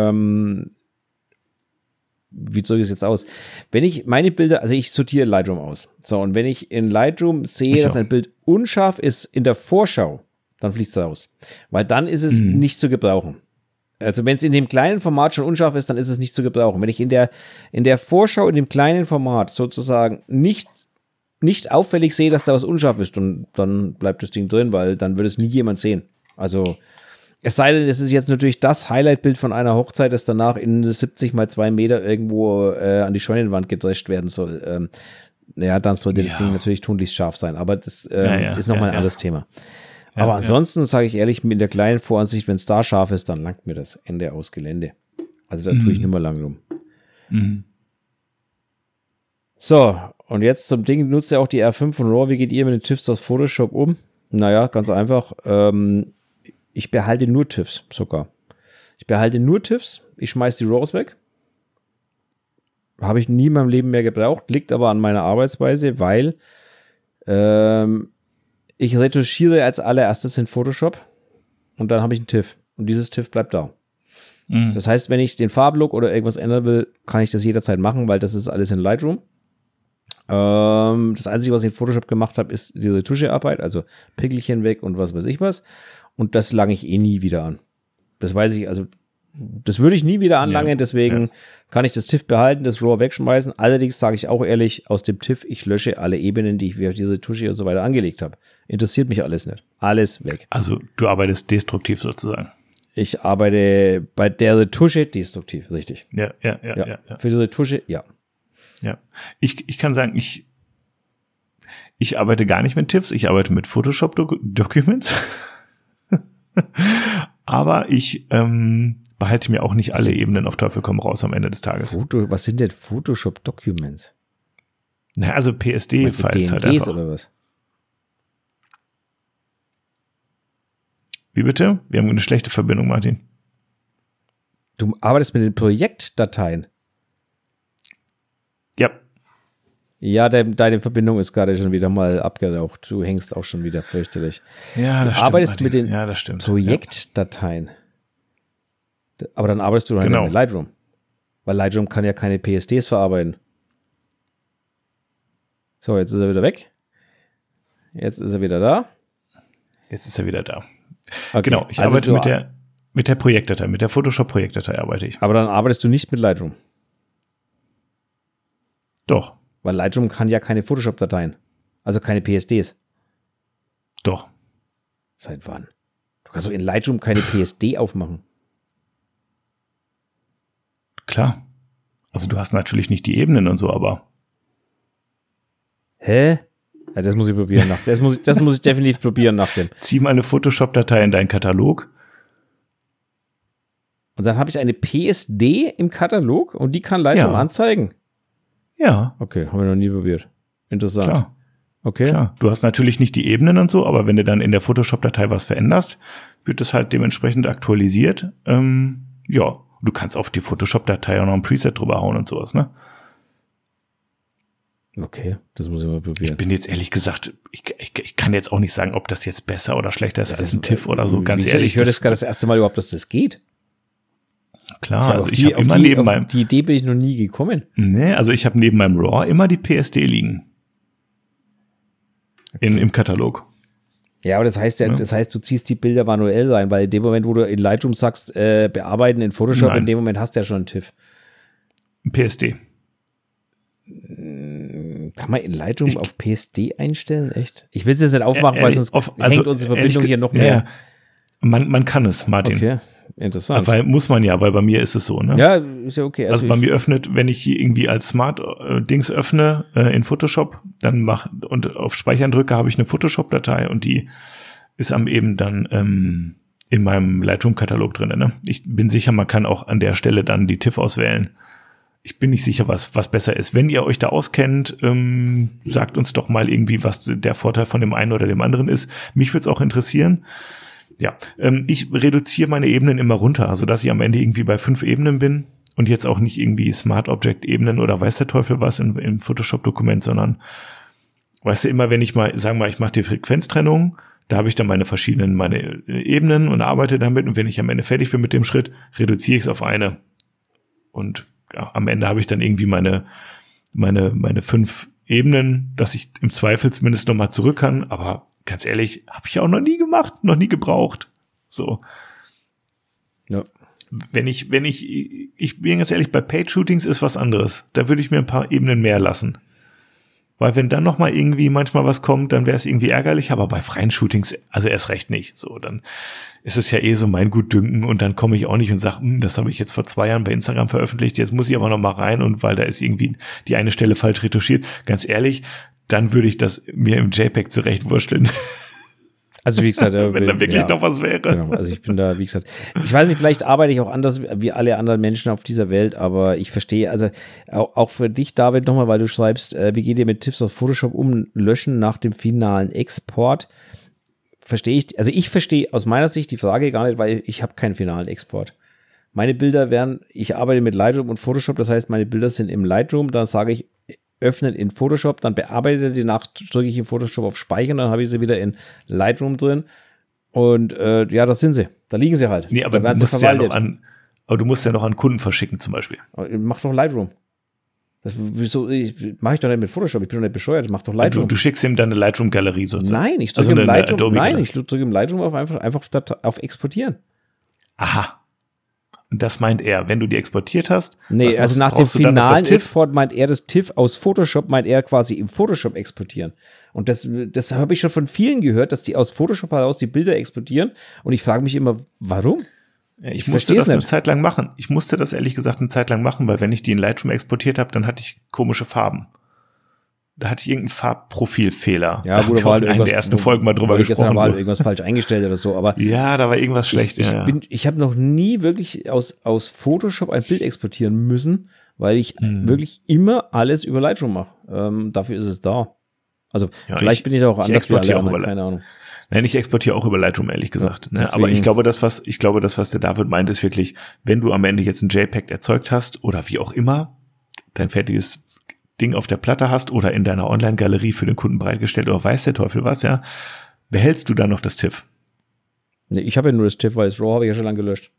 wie drücke ich es jetzt aus? Wenn ich meine Bilder, also ich sortiere Lightroom aus. So, und wenn ich in Lightroom sehe, dass ein Bild unscharf ist in der Vorschau, dann fliegt es raus. Weil dann ist es nicht zu gebrauchen. Also wenn es in dem kleinen Format schon unscharf ist, dann ist es nicht zu gebrauchen. Wenn ich in der Vorschau, in dem kleinen Format sozusagen nicht auffällig sehe, dass da was unscharf ist, dann bleibt das Ding drin, weil dann würde es nie jemand sehen. Also es sei denn, es ist jetzt natürlich das Highlight-Bild von einer Hochzeit, das danach in 70 mal 2 Meter irgendwo an die Scheunenwand gedrescht werden soll. Dann sollte das Ding natürlich tunlichst scharf sein. Aber das ist nochmal ein anderes Thema. Aber ansonsten sage ich ehrlich, mit der kleinen Voransicht, wenn es da scharf ist, dann langt mir das Ende aus Gelände. Also da tue ich nicht mehr lang rum. So, und jetzt zum Ding, nutzt ihr auch die R5 von RAW. Wie geht ihr mit den TIFFs aus Photoshop um? Naja, ganz einfach. Ich behalte nur TIFFs sogar. Ich behalte nur TIFFs. Ich schmeiß die RAWs weg. Habe ich nie in meinem Leben mehr gebraucht. Liegt aber an meiner Arbeitsweise, weil ich retuschiere als allererstes in Photoshop und dann habe ich einen TIFF. Und dieses TIFF bleibt da. Das heißt, wenn ich den Farblook oder irgendwas ändern will, kann ich das jederzeit machen, weil das ist alles in Lightroom. Das Einzige, was ich in Photoshop gemacht habe, ist die Retuschearbeit, also Pickelchen weg und was weiß ich was. Und das lange ich nie wieder an. Das weiß ich, also das würde ich nie wieder anlangen, deswegen kann ich das TIFF behalten, das RAW wegschmeißen. Allerdings sage ich auch ehrlich, aus dem TIFF, ich lösche alle Ebenen, die ich für die Retusche und so weiter angelegt habe. Interessiert mich alles nicht. Alles weg. Also du arbeitest destruktiv sozusagen. Ich arbeite bei der Retusche destruktiv, richtig. Ja. Für die Retusche, ja. Ja. Ich kann sagen, ich arbeite gar nicht mit TIFFs, ich arbeite mit Photoshop Documents. Aber ich behalte mir auch nicht alle Ebenen auf Teufel komm raus am Ende des Tages. Was sind denn Photoshop Documents? Na, also PSD-Files halt einfach. Oder was? Wie bitte? Wir haben eine schlechte Verbindung, Martin. Du arbeitest mit den Projektdateien? Ja. Ja, deine Verbindung ist gerade schon wieder mal abgeraucht. Du hängst auch schon wieder fürchterlich. Ja, das stimmt. Du arbeitest mit den Projektdateien. Ja. Aber dann arbeitest du noch mit Lightroom. Weil Lightroom kann ja keine PSDs verarbeiten. So, jetzt ist er wieder weg. Jetzt ist er wieder da. Okay. Genau, ich arbeite mit der Projektdatei, mit der Photoshop-Projektdatei arbeite ich. Aber dann arbeitest du nicht mit Lightroom. Doch. Weil Lightroom kann ja keine Photoshop-Dateien. Also keine PSDs. Doch. Seit wann? Du kannst doch in Lightroom keine PSD aufmachen. Klar. Also du hast natürlich nicht die Ebenen und so, aber. Hä? Ja, das muss ich probieren. Das muss ich definitiv probieren nach dem. Zieh mal eine Photoshop-Datei in deinen Katalog. Und dann habe ich eine PSD im Katalog und die kann Lightroom anzeigen. Ja. Okay, haben wir noch nie probiert. Interessant. Klar. Okay. Klar. Du hast natürlich nicht die Ebenen und so, aber wenn du dann in der Photoshop-Datei was veränderst, wird es halt dementsprechend aktualisiert. Ja, du kannst auf die Photoshop-Datei auch noch ein Preset drüber hauen und sowas, ne? Okay, das muss ich mal probieren. Ich bin jetzt ehrlich gesagt, ich kann jetzt auch nicht sagen, ob das jetzt besser oder schlechter ist als ein TIFF oder so, ganz ehrlich. Ich höre das gerade das erste Mal überhaupt, dass das geht. Klar, also ich habe immer neben meinem... Die Idee bin ich noch nie gekommen. Nee, also ich habe neben meinem RAW immer die PSD liegen. Okay. Im Katalog. Ja, aber das heißt, du ziehst die Bilder manuell rein, weil in dem Moment, wo du in Lightroom sagst, bearbeiten in Photoshop, in dem Moment hast du ja schon einen TIFF. Ein PSD. Kann man in Lightroom auf PSD einstellen? Echt? Ich will es jetzt nicht aufmachen, weil sonst hängt unsere Verbindung hier noch mehr. Ja, man kann es, Martin. Okay, interessant. Weil muss man ja, weil bei mir ist es so, ne? Ja, ist ja okay. Also bei mir öffnet, wenn ich hier irgendwie als Smart-Dings öffne in Photoshop, dann und auf Speichern drücke, habe ich eine Photoshop-Datei und die ist eben dann in meinem Lightroom-Katalog drin, ne? Ich bin sicher, man kann auch an der Stelle dann die TIFF auswählen. Ich bin nicht sicher, was besser ist. Wenn ihr euch da auskennt, sagt uns doch mal irgendwie, was der Vorteil von dem einen oder dem anderen ist. Mich würde es auch interessieren. Ja, ich reduziere meine Ebenen immer runter, sodass ich am Ende irgendwie bei 5 Ebenen bin und jetzt auch nicht irgendwie Smart Object Ebenen oder weiß der Teufel was im Photoshop-Dokument, sondern weißt du, immer wenn ich mal, sagen wir mal, ich mache die Frequenztrennung, da habe ich dann meine Ebenen und arbeite damit und wenn ich am Ende fertig bin mit dem Schritt, reduziere ich es auf eine und am Ende habe ich dann irgendwie meine 5 Ebenen, dass ich im Zweifel zumindest nochmal zurück kann, aber ganz ehrlich, habe ich auch noch nie gemacht, noch nie gebraucht. So. Ja. Wenn ich bin ganz ehrlich, bei Page-Shootings ist was anderes. Da würde ich mir ein paar Ebenen mehr lassen. Weil wenn dann noch mal irgendwie manchmal was kommt, dann wäre es irgendwie ärgerlich, aber bei freien Shootings, also erst recht nicht. So, dann ist es ja so mein Gutdünken und dann komme ich auch nicht und sage, das habe ich jetzt vor 2 Jahren bei Instagram veröffentlicht, jetzt muss ich aber noch mal rein und weil da ist irgendwie die eine Stelle falsch retuschiert. Ganz ehrlich, dann würde ich das mir im JPEG zurechtwurschteln. Also wie gesagt, wenn da wirklich noch was wäre. Genau, also ich bin da, wie gesagt, ich weiß nicht, vielleicht arbeite ich auch anders wie alle anderen Menschen auf dieser Welt, aber ich verstehe, also auch für dich, David, nochmal, weil du schreibst, wie geht ihr mit Tipps aus Photoshop um, löschen nach dem finalen Export? Verstehe ich, also ich verstehe aus meiner Sicht die Frage gar nicht, weil ich habe keinen finalen Export. Meine Bilder ich arbeite mit Lightroom und Photoshop, das heißt, meine Bilder sind im Lightroom, dann sage ich, öffnen in Photoshop, dann bearbeite ich die drücke ich in Photoshop auf Speichern, dann habe ich sie wieder in Lightroom drin und ja, das sind sie. Da liegen sie halt. Nee, aber du musst ja noch an Kunden verschicken zum Beispiel. Mach doch Lightroom. Wieso mache ich doch nicht mit Photoshop, ich bin doch nicht bescheuert, mach doch Lightroom. Du schickst ihm deine Lightroom-Galerie sozusagen. Nein, ich drücke im Lightroom auf Exportieren. Aha. Und das meint er, wenn du die exportiert hast. Nee, also nach dem finalen Export meint er das TIFF aus Photoshop, meint er quasi im Photoshop exportieren. Und das habe ich schon von vielen gehört, dass die aus Photoshop heraus die Bilder exportieren. Und ich frage mich immer, warum? Ja, ich musste das eine Zeit lang machen. Ich musste das ehrlich gesagt eine Zeit lang machen, weil wenn ich die in Lightroom exportiert habe, dann hatte ich komische Farben. Da hatte ich irgendeinen Farbprofilfehler. Ja, gut, da war in der ersten Folge mal drüber gesprochen. Da war irgendwas falsch eingestellt oder so, aber. Ja, da war irgendwas schlecht. Ich habe noch nie wirklich aus Photoshop ein Bild exportieren müssen, weil ich wirklich immer alles über Lightroom mache. Dafür ist es da. Also, ja, vielleicht bin ich da auch anders wie alle anderen, keine Ahnung. Nein, ich exportiere auch über Lightroom, ehrlich gesagt. Ja, aber ich glaube, das, was der David meint, ist wirklich, wenn du am Ende jetzt ein JPEG erzeugt hast oder wie auch immer, dein fertiges Ding auf der Platte hast oder in deiner Online-Galerie für den Kunden bereitgestellt oder weiß der Teufel was, ja, behältst du dann noch das TIFF? Nee, ich habe ja nur das TIFF, weil das RAW habe ich ja schon lange gelöscht.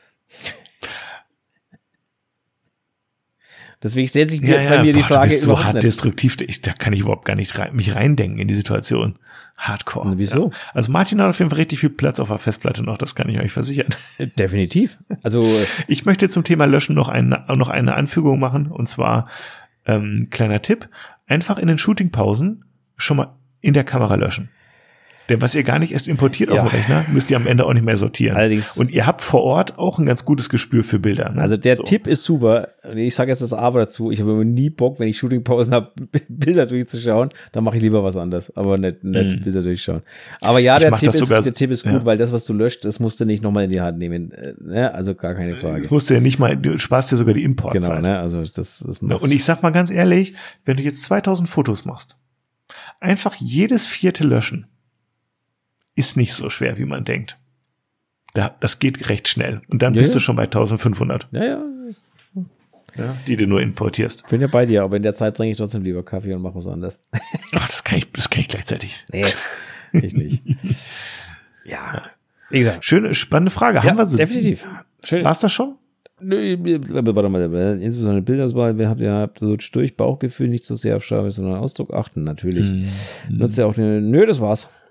Deswegen stellt sich bei mir die Frage, du bist so hart destruktiv, da kann ich überhaupt gar nicht mich reindenken in die Situation. Hardcore. Und wieso? Ja. Also Martin hat auf jeden Fall richtig viel Platz auf der Festplatte noch, das kann ich euch versichern. Definitiv. Also ich möchte zum Thema Löschen noch eine Anfügung machen, und zwar kleiner Tipp, einfach in den Shooting-Pausen schon mal in der Kamera löschen. Denn was ihr gar nicht erst importiert auf dem Rechner, müsst ihr am Ende auch nicht mehr sortieren. Allerdings, und ihr habt vor Ort auch ein ganz gutes Gespür für Bilder. Ne? Also der Tipp ist super. Ich sage jetzt das Aber dazu. Ich habe nie Bock, wenn ich Shootingpausen habe, Bilder durchzuschauen. Dann mache ich lieber was anderes. Aber nicht Bilder durchschauen. Aber ja, der Tipp ist gut, weil das, was du löscht, das musst du nicht nochmal in die Hand nehmen. Ne? Also gar keine Frage. Du sparst dir sogar die Importzeit. Genau, ne? Also das macht. Und ich sag mal ganz ehrlich, wenn du jetzt 2000 Fotos machst, einfach jedes 4. löschen, ist nicht so schwer, wie man denkt. Das geht recht schnell. Und dann bist du schon bei 1500. Ja. Die du nur importierst. Ich bin ja bei dir, aber in der Zeit trinke ich trotzdem lieber Kaffee und mache was anderes. Ach, das kann ich gleichzeitig. Nee, ich nicht. Ja. Wie gesagt. Schöne, spannende Frage. Ja, haben wir sie? Definitiv. War es das schon? Warte mal, insbesondere Bildauswahl, ihr habt so durch Bauchgefühl nicht so sehr auf Schreibe, sondern Ausdruck achten, natürlich. Nutzt ja auch das war's.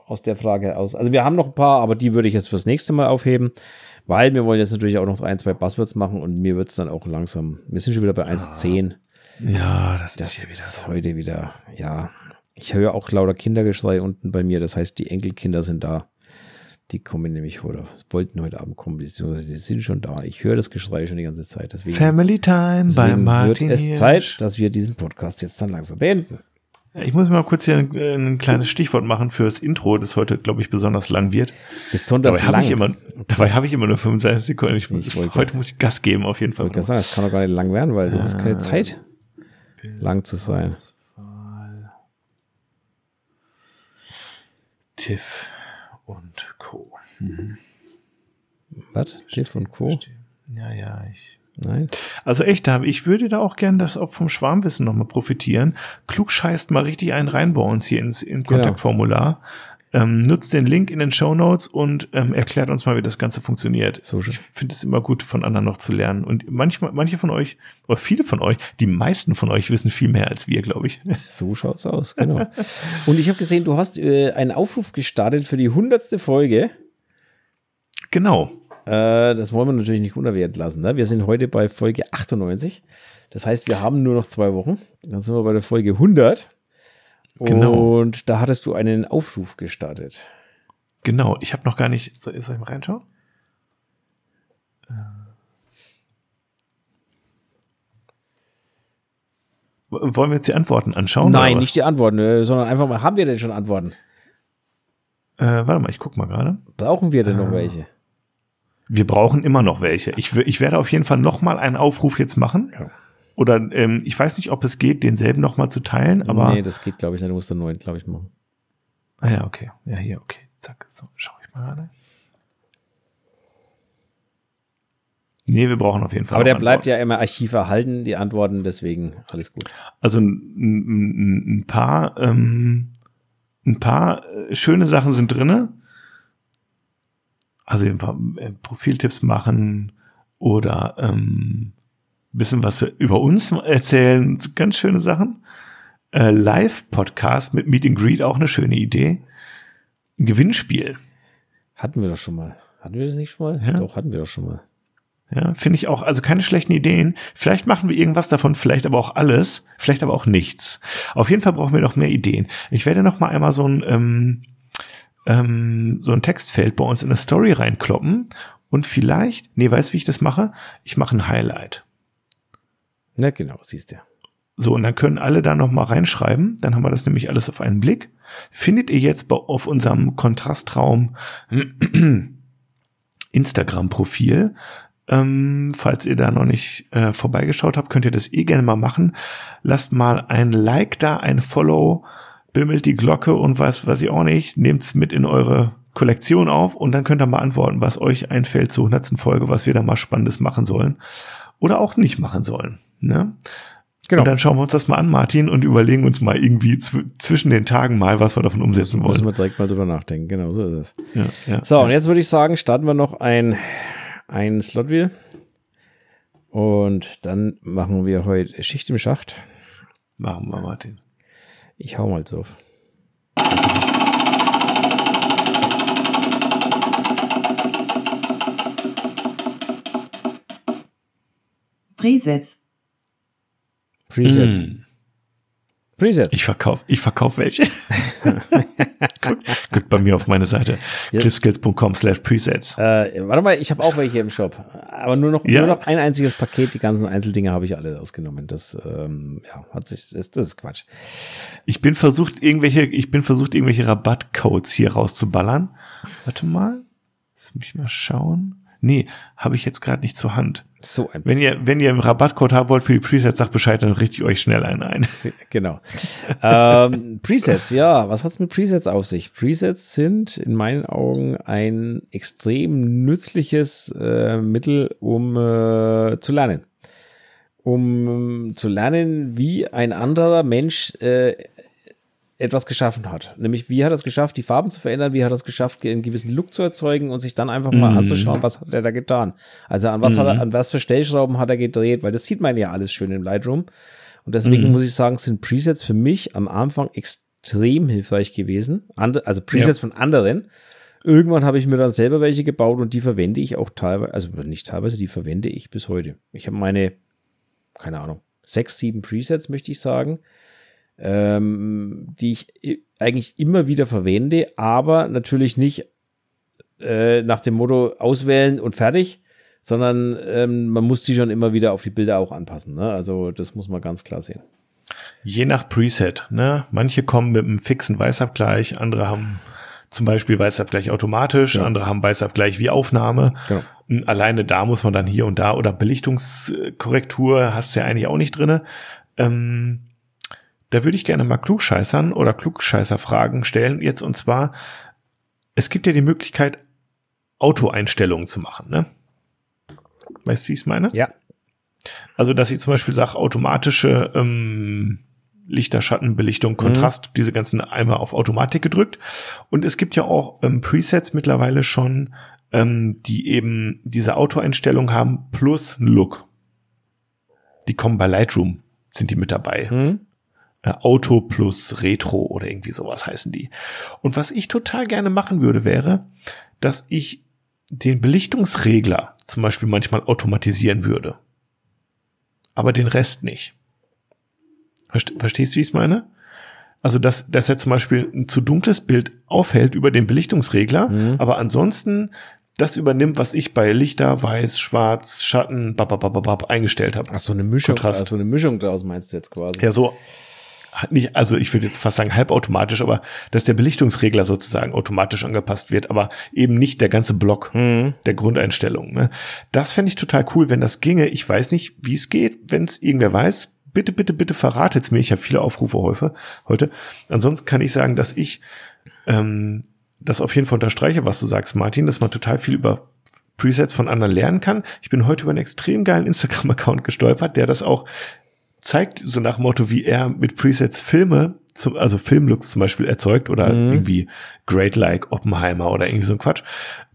aus der Frage aus. Also wir haben noch ein paar, aber die würde ich jetzt fürs nächste Mal aufheben, weil wir wollen jetzt natürlich auch noch 1, 2 Buzzwords machen und mir wird es dann auch langsam, wir sind schon wieder bei 1,10. Ja, das ist hier wieder heute wieder, ja. Ich höre auch lauter Kindergeschrei unten bei mir, das heißt, die Enkelkinder sind da. Die kommen nämlich wollten heute Abend kommen, beziehungsweise sie sind schon da. Ich höre das Geschrei schon die ganze Zeit. Deswegen, Family Time bei Martin wird es Zeit, dass wir diesen Podcast jetzt dann langsam beenden. Ich muss mal kurz hier ein kleines Stichwort machen fürs Intro, das heute, glaube ich, besonders lang wird. Besonders lang? Dabei habe ich immer nur 25 Sekunden. Heute muss ich Gas geben, auf jeden Fall. Ich wollte sagen, das kann doch gar nicht lang werden, weil du hast keine Zeit, lang zu sein. TIFF und Co. Was? TIFF und Co.? Ja, Nein. Also echt, ich würde da auch gerne das auch vom Schwarmwissen nochmal profitieren. Klugscheißt mal richtig einen rein bei uns hier ins Kontaktformular. Nutzt den Link in den Shownotes und erklärt uns mal, wie das Ganze funktioniert. Ich finde es immer gut, von anderen noch zu lernen. Und manche von euch, oder viele von euch, die meisten von euch wissen viel mehr als wir, glaube ich. So schaut's aus, genau. Und ich habe gesehen, du hast einen Aufruf gestartet für die 100. Folge. Genau. Das wollen wir natürlich nicht unerwähnt lassen. Ne? Wir sind heute bei Folge 98. Das heißt, wir haben nur noch 2 Wochen. Dann sind wir bei der Folge 100. Genau. Und da hattest du einen Aufruf gestartet. Genau. Ich habe noch gar nicht... Soll ich mal reinschauen? Wollen wir jetzt die Antworten anschauen? Nein, nicht die Antworten, sondern einfach mal, haben wir denn schon Antworten? Warte mal, ich guck mal gerade. Brauchen wir denn noch welche? Wir brauchen immer noch welche. Ich werde auf jeden Fall noch mal einen Aufruf jetzt machen. Ja. Oder ich weiß nicht, ob es geht, denselben noch mal zu teilen. Aber nee, das geht, glaube ich, nicht. Du musst einen neuen, glaube ich, machen. Ah ja, okay. Ja, hier, okay. Zack, so, schau ich mal gerade. Nee, wir brauchen auf jeden Fall. Aber der bleibt ja immer Archiv erhalten, die Antworten, deswegen alles gut. Also ein paar schöne Sachen sind drinne. Also ein paar Profiltipps machen oder bisschen was über uns erzählen, ganz schöne Sachen. Live-Podcast mit Meet and Greet, auch eine schöne Idee. Ein Gewinnspiel. Hatten wir doch schon mal. Hatten wir das nicht schon mal? Ja. Doch, hatten wir doch schon mal. Ja, finde ich auch, also keine schlechten Ideen. Vielleicht machen wir irgendwas davon, vielleicht aber auch alles, vielleicht aber auch nichts. Auf jeden Fall brauchen wir noch mehr Ideen. Ich werde noch mal einmal so ein Textfeld bei uns in eine Story reinkloppen und vielleicht, weißt du, wie ich das mache? Ich mache ein Highlight. Na genau, siehst du. So, und dann können alle da noch mal reinschreiben. Dann haben wir das nämlich alles auf einen Blick. Findet ihr jetzt auf unserem Kontrastraum Instagram-Profil. Falls ihr da noch nicht vorbeigeschaut habt, könnt ihr das gerne mal machen. Lasst mal ein Like da, ein Follow, bimmelt die Glocke und was weiß ich auch nicht. Nehmt's mit in eure Kollektion auf und dann könnt ihr mal antworten, was euch einfällt zur 100. Folge, was wir da mal Spannendes machen sollen oder auch nicht machen sollen. Ne? Genau. Und dann schauen wir uns das mal an, Martin, und überlegen uns mal irgendwie zwischen den Tagen mal, was wir davon umsetzen wollen. Müssen wir direkt mal drüber nachdenken. Genau, so ist es. Ja, so, und jetzt würde ich sagen, starten wir noch ein Slotwheel. Und dann machen wir heute Schicht im Schacht. Machen wir, Martin. Ich hau mal drauf. Presets. Presets. Ich verkauf welche. Guckt bei mir auf meine Seite. Clipskills.com/presets. Warte mal, ich habe auch welche im Shop. Aber nur noch ein einziges Paket. Die ganzen Einzeldinger habe ich alle ausgenommen. Das das ist Quatsch. Ich bin versucht, irgendwelche Rabattcodes hier rauszuballern. Warte mal. Lass mich mal schauen. Nee, habe ich jetzt gerade nicht zur Hand. So ein wenn ihr einen Rabattcode haben wollt für die Presets, sagt Bescheid, dann richte ich euch schnell einen ein. Genau. Presets, ja, was hat's mit Presets auf sich? Presets sind in meinen Augen ein extrem nützliches Mittel, um zu lernen. Um zu lernen, wie ein anderer Mensch etwas geschaffen hat. Nämlich, wie hat er es geschafft, die Farben zu verändern, wie hat er es geschafft, einen gewissen Look zu erzeugen und sich dann einfach mal anzuschauen, was hat er da getan. Also an was für Stellschrauben hat er gedreht, weil das sieht man ja alles schön im Lightroom. Und deswegen muss ich sagen, sind Presets für mich am Anfang extrem hilfreich gewesen. Also Presets von anderen. Irgendwann habe ich mir dann selber welche gebaut und die verwende ich auch teilweise, also nicht teilweise, die verwende ich bis heute. Ich habe meine, keine Ahnung, 6, 7 Presets, möchte ich sagen, die ich eigentlich immer wieder verwende, aber natürlich nicht nach dem Motto auswählen und fertig, sondern man muss die schon immer wieder auf die Bilder auch anpassen. Ne? Also das muss man ganz klar sehen. Je nach Preset. Ne? Manche kommen mit einem fixen Weißabgleich, andere haben zum Beispiel Weißabgleich automatisch, andere haben Weißabgleich wie Aufnahme. Genau. Alleine da muss man dann hier und da, oder Belichtungskorrektur hast du ja eigentlich auch nicht drinne. Da würde ich gerne mal Klugscheißern oder Klugscheißerfragen stellen jetzt, und zwar, es gibt ja die Möglichkeit, Autoeinstellungen zu machen, ne? Weißt du, wie ich es meine? Ja. Also, dass ich zum Beispiel sage, automatische Lichter, Schatten, Belichtung, Kontrast, diese ganzen einmal auf Automatik gedrückt. Und es gibt ja auch Presets mittlerweile schon, die eben diese Autoeinstellung haben plus einen Look. Die kommen bei Lightroom, sind die mit dabei. Auto plus Retro oder irgendwie sowas heißen die. Und was ich total gerne machen würde, wäre, dass ich den Belichtungsregler zum Beispiel manchmal automatisieren würde. Aber den Rest nicht. Verstehst du, wie ich es meine? Also, dass er zum Beispiel ein zu dunkles Bild aufhält über den Belichtungsregler, aber ansonsten das übernimmt, was ich bei Lichter, Weiß, Schwarz, Schatten, eingestellt habe. Ach, so eine Mischung. Kontrast. So eine Mischung daraus meinst du jetzt quasi? Ja, so. Nicht, also ich würde jetzt fast sagen halbautomatisch, aber dass der Belichtungsregler sozusagen automatisch angepasst wird, aber eben nicht der ganze Block der Grundeinstellungen. Ne? Das fände ich total cool, wenn das ginge. Ich weiß nicht, wie es geht. Wenn es irgendwer weiß, bitte verratet's mir. Ich habe viele Aufrufe heute. Ansonsten kann ich sagen, dass ich das auf jeden Fall unterstreiche, was du sagst, Martin, dass man total viel über Presets von anderen lernen kann. Ich bin heute über einen extrem geilen Instagram-Account gestolpert, der das auch zeigt, so nach Motto, wie er mit Presets Filme, also Filmlooks zum Beispiel erzeugt oder irgendwie Great Like Oppenheimer oder irgendwie so ein Quatsch.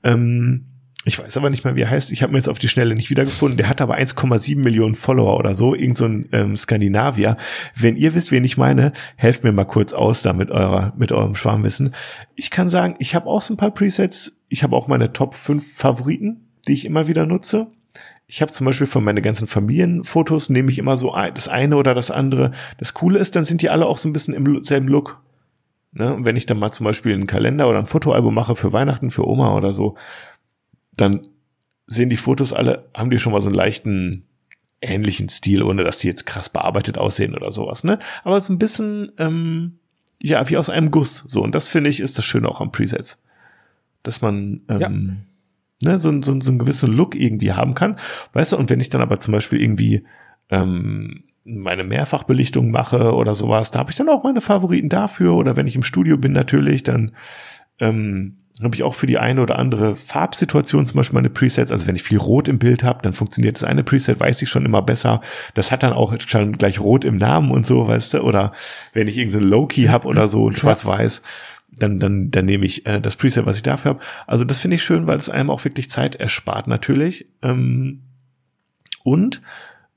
Ich weiß aber nicht mehr, wie er heißt. Ich habe mir jetzt auf die Schnelle nicht wiedergefunden. Der hat aber 1,7 Millionen Follower oder so. Irgend so ein Skandinavier. Wenn ihr wisst, wen ich meine, helft mir mal kurz aus da mit eurem Schwarmwissen. Ich kann sagen, ich habe auch so ein paar Presets. Ich habe auch meine Top 5 Favoriten, die ich immer wieder nutze. Ich habe zum Beispiel von meinen ganzen Familienfotos nehme ich immer so das eine oder das andere. Das Coole ist, dann sind die alle auch so ein bisschen im selben Look. Ne? Und wenn ich dann mal zum Beispiel einen Kalender oder ein Fotoalbum mache für Weihnachten, für Oma oder so, dann sehen die Fotos alle, haben die schon mal so einen leichten ähnlichen Stil, ohne dass die jetzt krass bearbeitet aussehen oder sowas. Ne? Aber so ein bisschen, wie aus einem Guss. So, und das finde ich ist das Schöne auch am Presets. Dass man so einen gewissen Look irgendwie haben kann. Weißt du, und wenn ich dann aber zum Beispiel irgendwie meine Mehrfachbelichtung mache oder sowas, da habe ich dann auch meine Favoriten dafür. Oder wenn ich im Studio bin natürlich, dann habe ich auch für die eine oder andere Farbsituation zum Beispiel meine Presets. Also wenn ich viel Rot im Bild habe, dann funktioniert das eine Preset, weiß ich schon immer besser. Das hat dann auch schon gleich Rot im Namen und so, weißt du. Oder wenn ich irgendein Low-Key habe oder so, ein Schwarz-Weiß, dann nehme ich das Preset, was ich dafür habe. Also das finde ich schön, weil es einem auch wirklich Zeit erspart natürlich. Und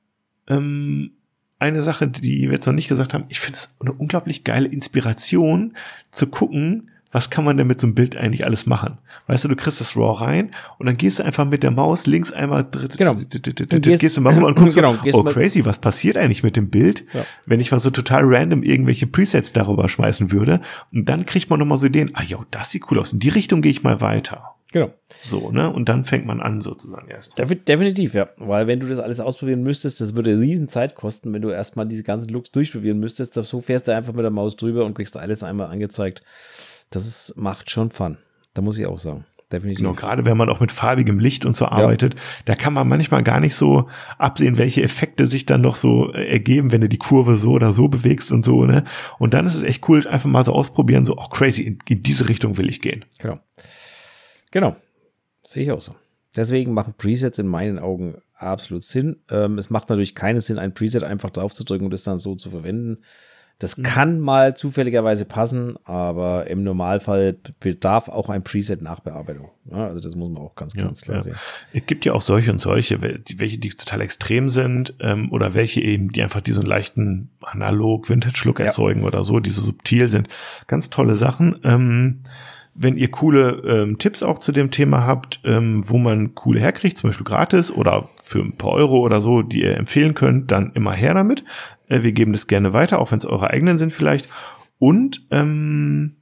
eine Sache, die wir jetzt noch nicht gesagt haben, ich finde es eine unglaublich geile Inspiration zu gucken, was kann man denn mit so einem Bild eigentlich alles machen? Weißt du kriegst das RAW rein und dann gehst du einfach mit der Maus links einmal gehst du mal rüber und guckst crazy, was passiert eigentlich mit dem Bild, wenn ich mal so total random irgendwelche Presets darüber schmeißen würde, und dann kriegt man nochmal so Ideen, das sieht cool aus, in die Richtung gehe ich mal weiter. Genau. So, ne? Und dann fängt man an sozusagen erst. Definitiv, ja. Weil wenn du das alles ausprobieren müsstest, das würde riesen Zeit kosten, wenn du erstmal diese ganzen Looks durchprobieren müsstest. So fährst du einfach mit der Maus drüber und kriegst alles einmal angezeigt. Das macht schon Fun. Da muss ich auch sagen. Definitiv. Genau, gerade wenn man auch mit farbigem Licht und so arbeitet, da kann man manchmal gar nicht so absehen, welche Effekte sich dann noch so ergeben, wenn du die Kurve so oder so bewegst und so, ne? Und dann ist es echt cool, einfach mal so ausprobieren, so, crazy, in diese Richtung will ich gehen. Genau. Sehe ich auch so. Deswegen machen Presets in meinen Augen absolut Sinn. Es macht natürlich keinen Sinn, ein Preset einfach drauf zu drücken und es dann so zu verwenden. Das kann mal zufälligerweise passen, aber im Normalfall bedarf auch ein Preset Nachbearbeitung. Ja, also das muss man auch ganz klar sehen. Es gibt ja auch solche und solche, welche die total extrem sind oder welche eben, die einfach diesen leichten Analog-Vintage-Look erzeugen oder so, die so subtil sind. Ganz tolle Sachen. Wenn ihr coole Tipps auch zu dem Thema habt, wo man coole herkriegt, zum Beispiel gratis oder für ein paar Euro oder so, die ihr empfehlen könnt, dann immer her damit. Wir geben das gerne weiter, auch wenn es eure eigenen sind vielleicht. Und eine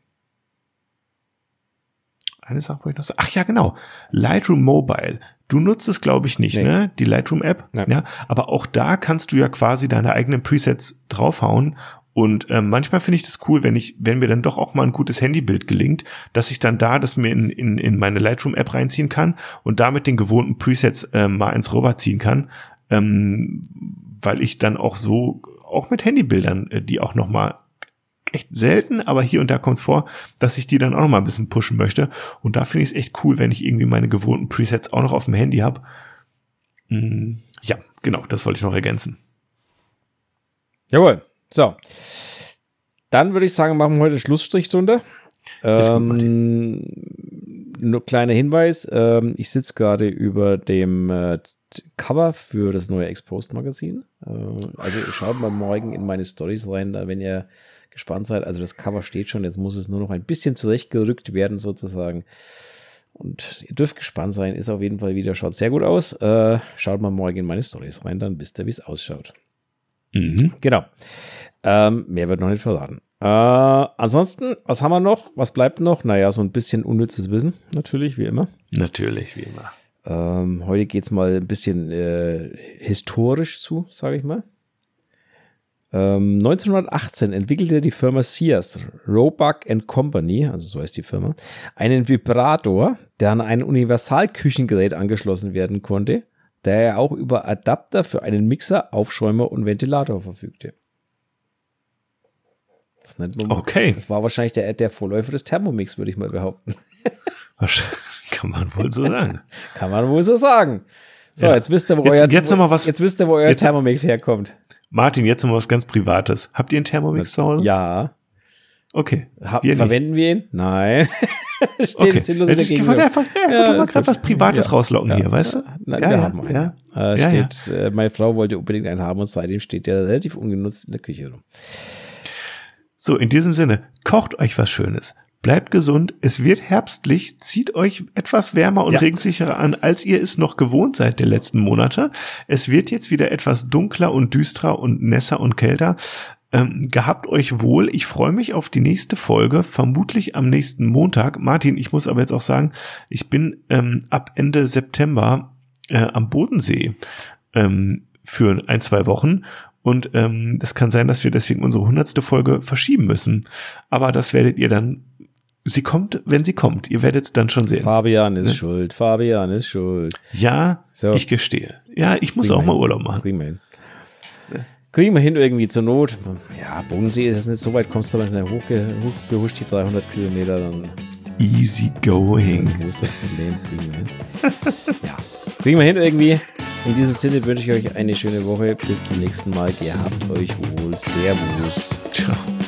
Sache wollte ich noch sagen. Ach ja, genau. Lightroom Mobile. Du nutzt es, glaube ich, nicht, ne? Die Lightroom-App. Ja, aber auch da kannst du ja quasi deine eigenen Presets draufhauen. Und manchmal finde ich das cool, wenn mir dann doch auch mal ein gutes Handybild gelingt, dass ich dann das mir in meine Lightroom-App reinziehen kann und damit den gewohnten Presets mal ins rüberziehen kann, weil ich dann auch mit Handybildern, die auch noch mal echt selten, aber hier und da kommt es vor, dass ich die dann auch noch mal ein bisschen pushen möchte. Und da finde ich es echt cool, wenn ich irgendwie meine gewohnten Presets auch noch auf dem Handy habe. Ja, genau, das wollte ich noch ergänzen. So, dann würde ich sagen, machen wir heute Schlussstrich drunter. Nur kleiner Hinweis, ich sitze gerade über dem Cover für das neue Exposed-Magazin. Also schaut mal morgen in meine Storys rein, wenn ihr gespannt seid. Also das Cover steht schon, jetzt muss es nur noch ein bisschen zurechtgerückt werden sozusagen. Und ihr dürft gespannt sein, ist auf jeden Fall wieder, schaut sehr gut aus. Schaut mal morgen in meine Storys rein, dann wisst ihr, wie es ausschaut. Genau. Mehr wird noch nicht verraten. Ansonsten, was haben wir noch? Was bleibt noch? Naja, so ein bisschen unnützes Wissen, natürlich, wie immer. Heute geht es mal ein bisschen historisch zu, sage ich mal. 1918 entwickelte die Firma Sears, Roebuck & Company, also so heißt die Firma, einen Vibrator, der an ein Universalküchengerät angeschlossen werden konnte, der er auch über Adapter für einen Mixer, Aufschäumer und Ventilator verfügte. Das nennt man Das war wahrscheinlich der Vorläufer des Thermomix, würde ich mal behaupten. Kann man wohl so sagen. Kann man wohl so sagen. So, jetzt wisst ihr, wo euer Thermomix herkommt. Martin, jetzt noch was ganz Privates. Habt ihr einen Thermomix zu Hause? Ja. Okay. Verwenden wir ihn? Nein. Ich wollte einfach mal gerade was Privates rauslocken hier, weißt du? Nein, wir haben einen. Meine Frau wollte unbedingt einen haben und seitdem steht der relativ ungenutzt in der Küche rum. So, in diesem Sinne, kocht euch was Schönes. Bleibt gesund, es wird herbstlich, zieht euch etwas wärmer und regensicherer an, als ihr es noch gewohnt seid der letzten Monate. Es wird jetzt wieder etwas dunkler und düsterer und nässer und kälter. Gehabt euch wohl, ich freue mich auf die nächste Folge, vermutlich am nächsten Montag. Martin, ich muss aber jetzt auch sagen, ich bin ab Ende September am Bodensee für 1-2 Wochen. Und das kann sein, dass wir deswegen unsere 100. Folge verschieben müssen. Aber das werdet ihr dann, sie kommt, wenn sie kommt. Ihr werdet es dann schon sehen. Fabian ist schuld. Ja, so. Ich gestehe. Ja, ich muss auch mal Urlaub machen. Kriegen wir hin irgendwie zur Not. Ja, Bodensee ist jetzt nicht so weit, kommst du dann schnell hochgehuscht, die 300 Kilometer. Dann easy going. Wo ist das Problem? Kriegen wir hin irgendwie. In diesem Sinne wünsche ich euch eine schöne Woche. Bis zum nächsten Mal. Gehabt euch wohl. Servus. Ciao.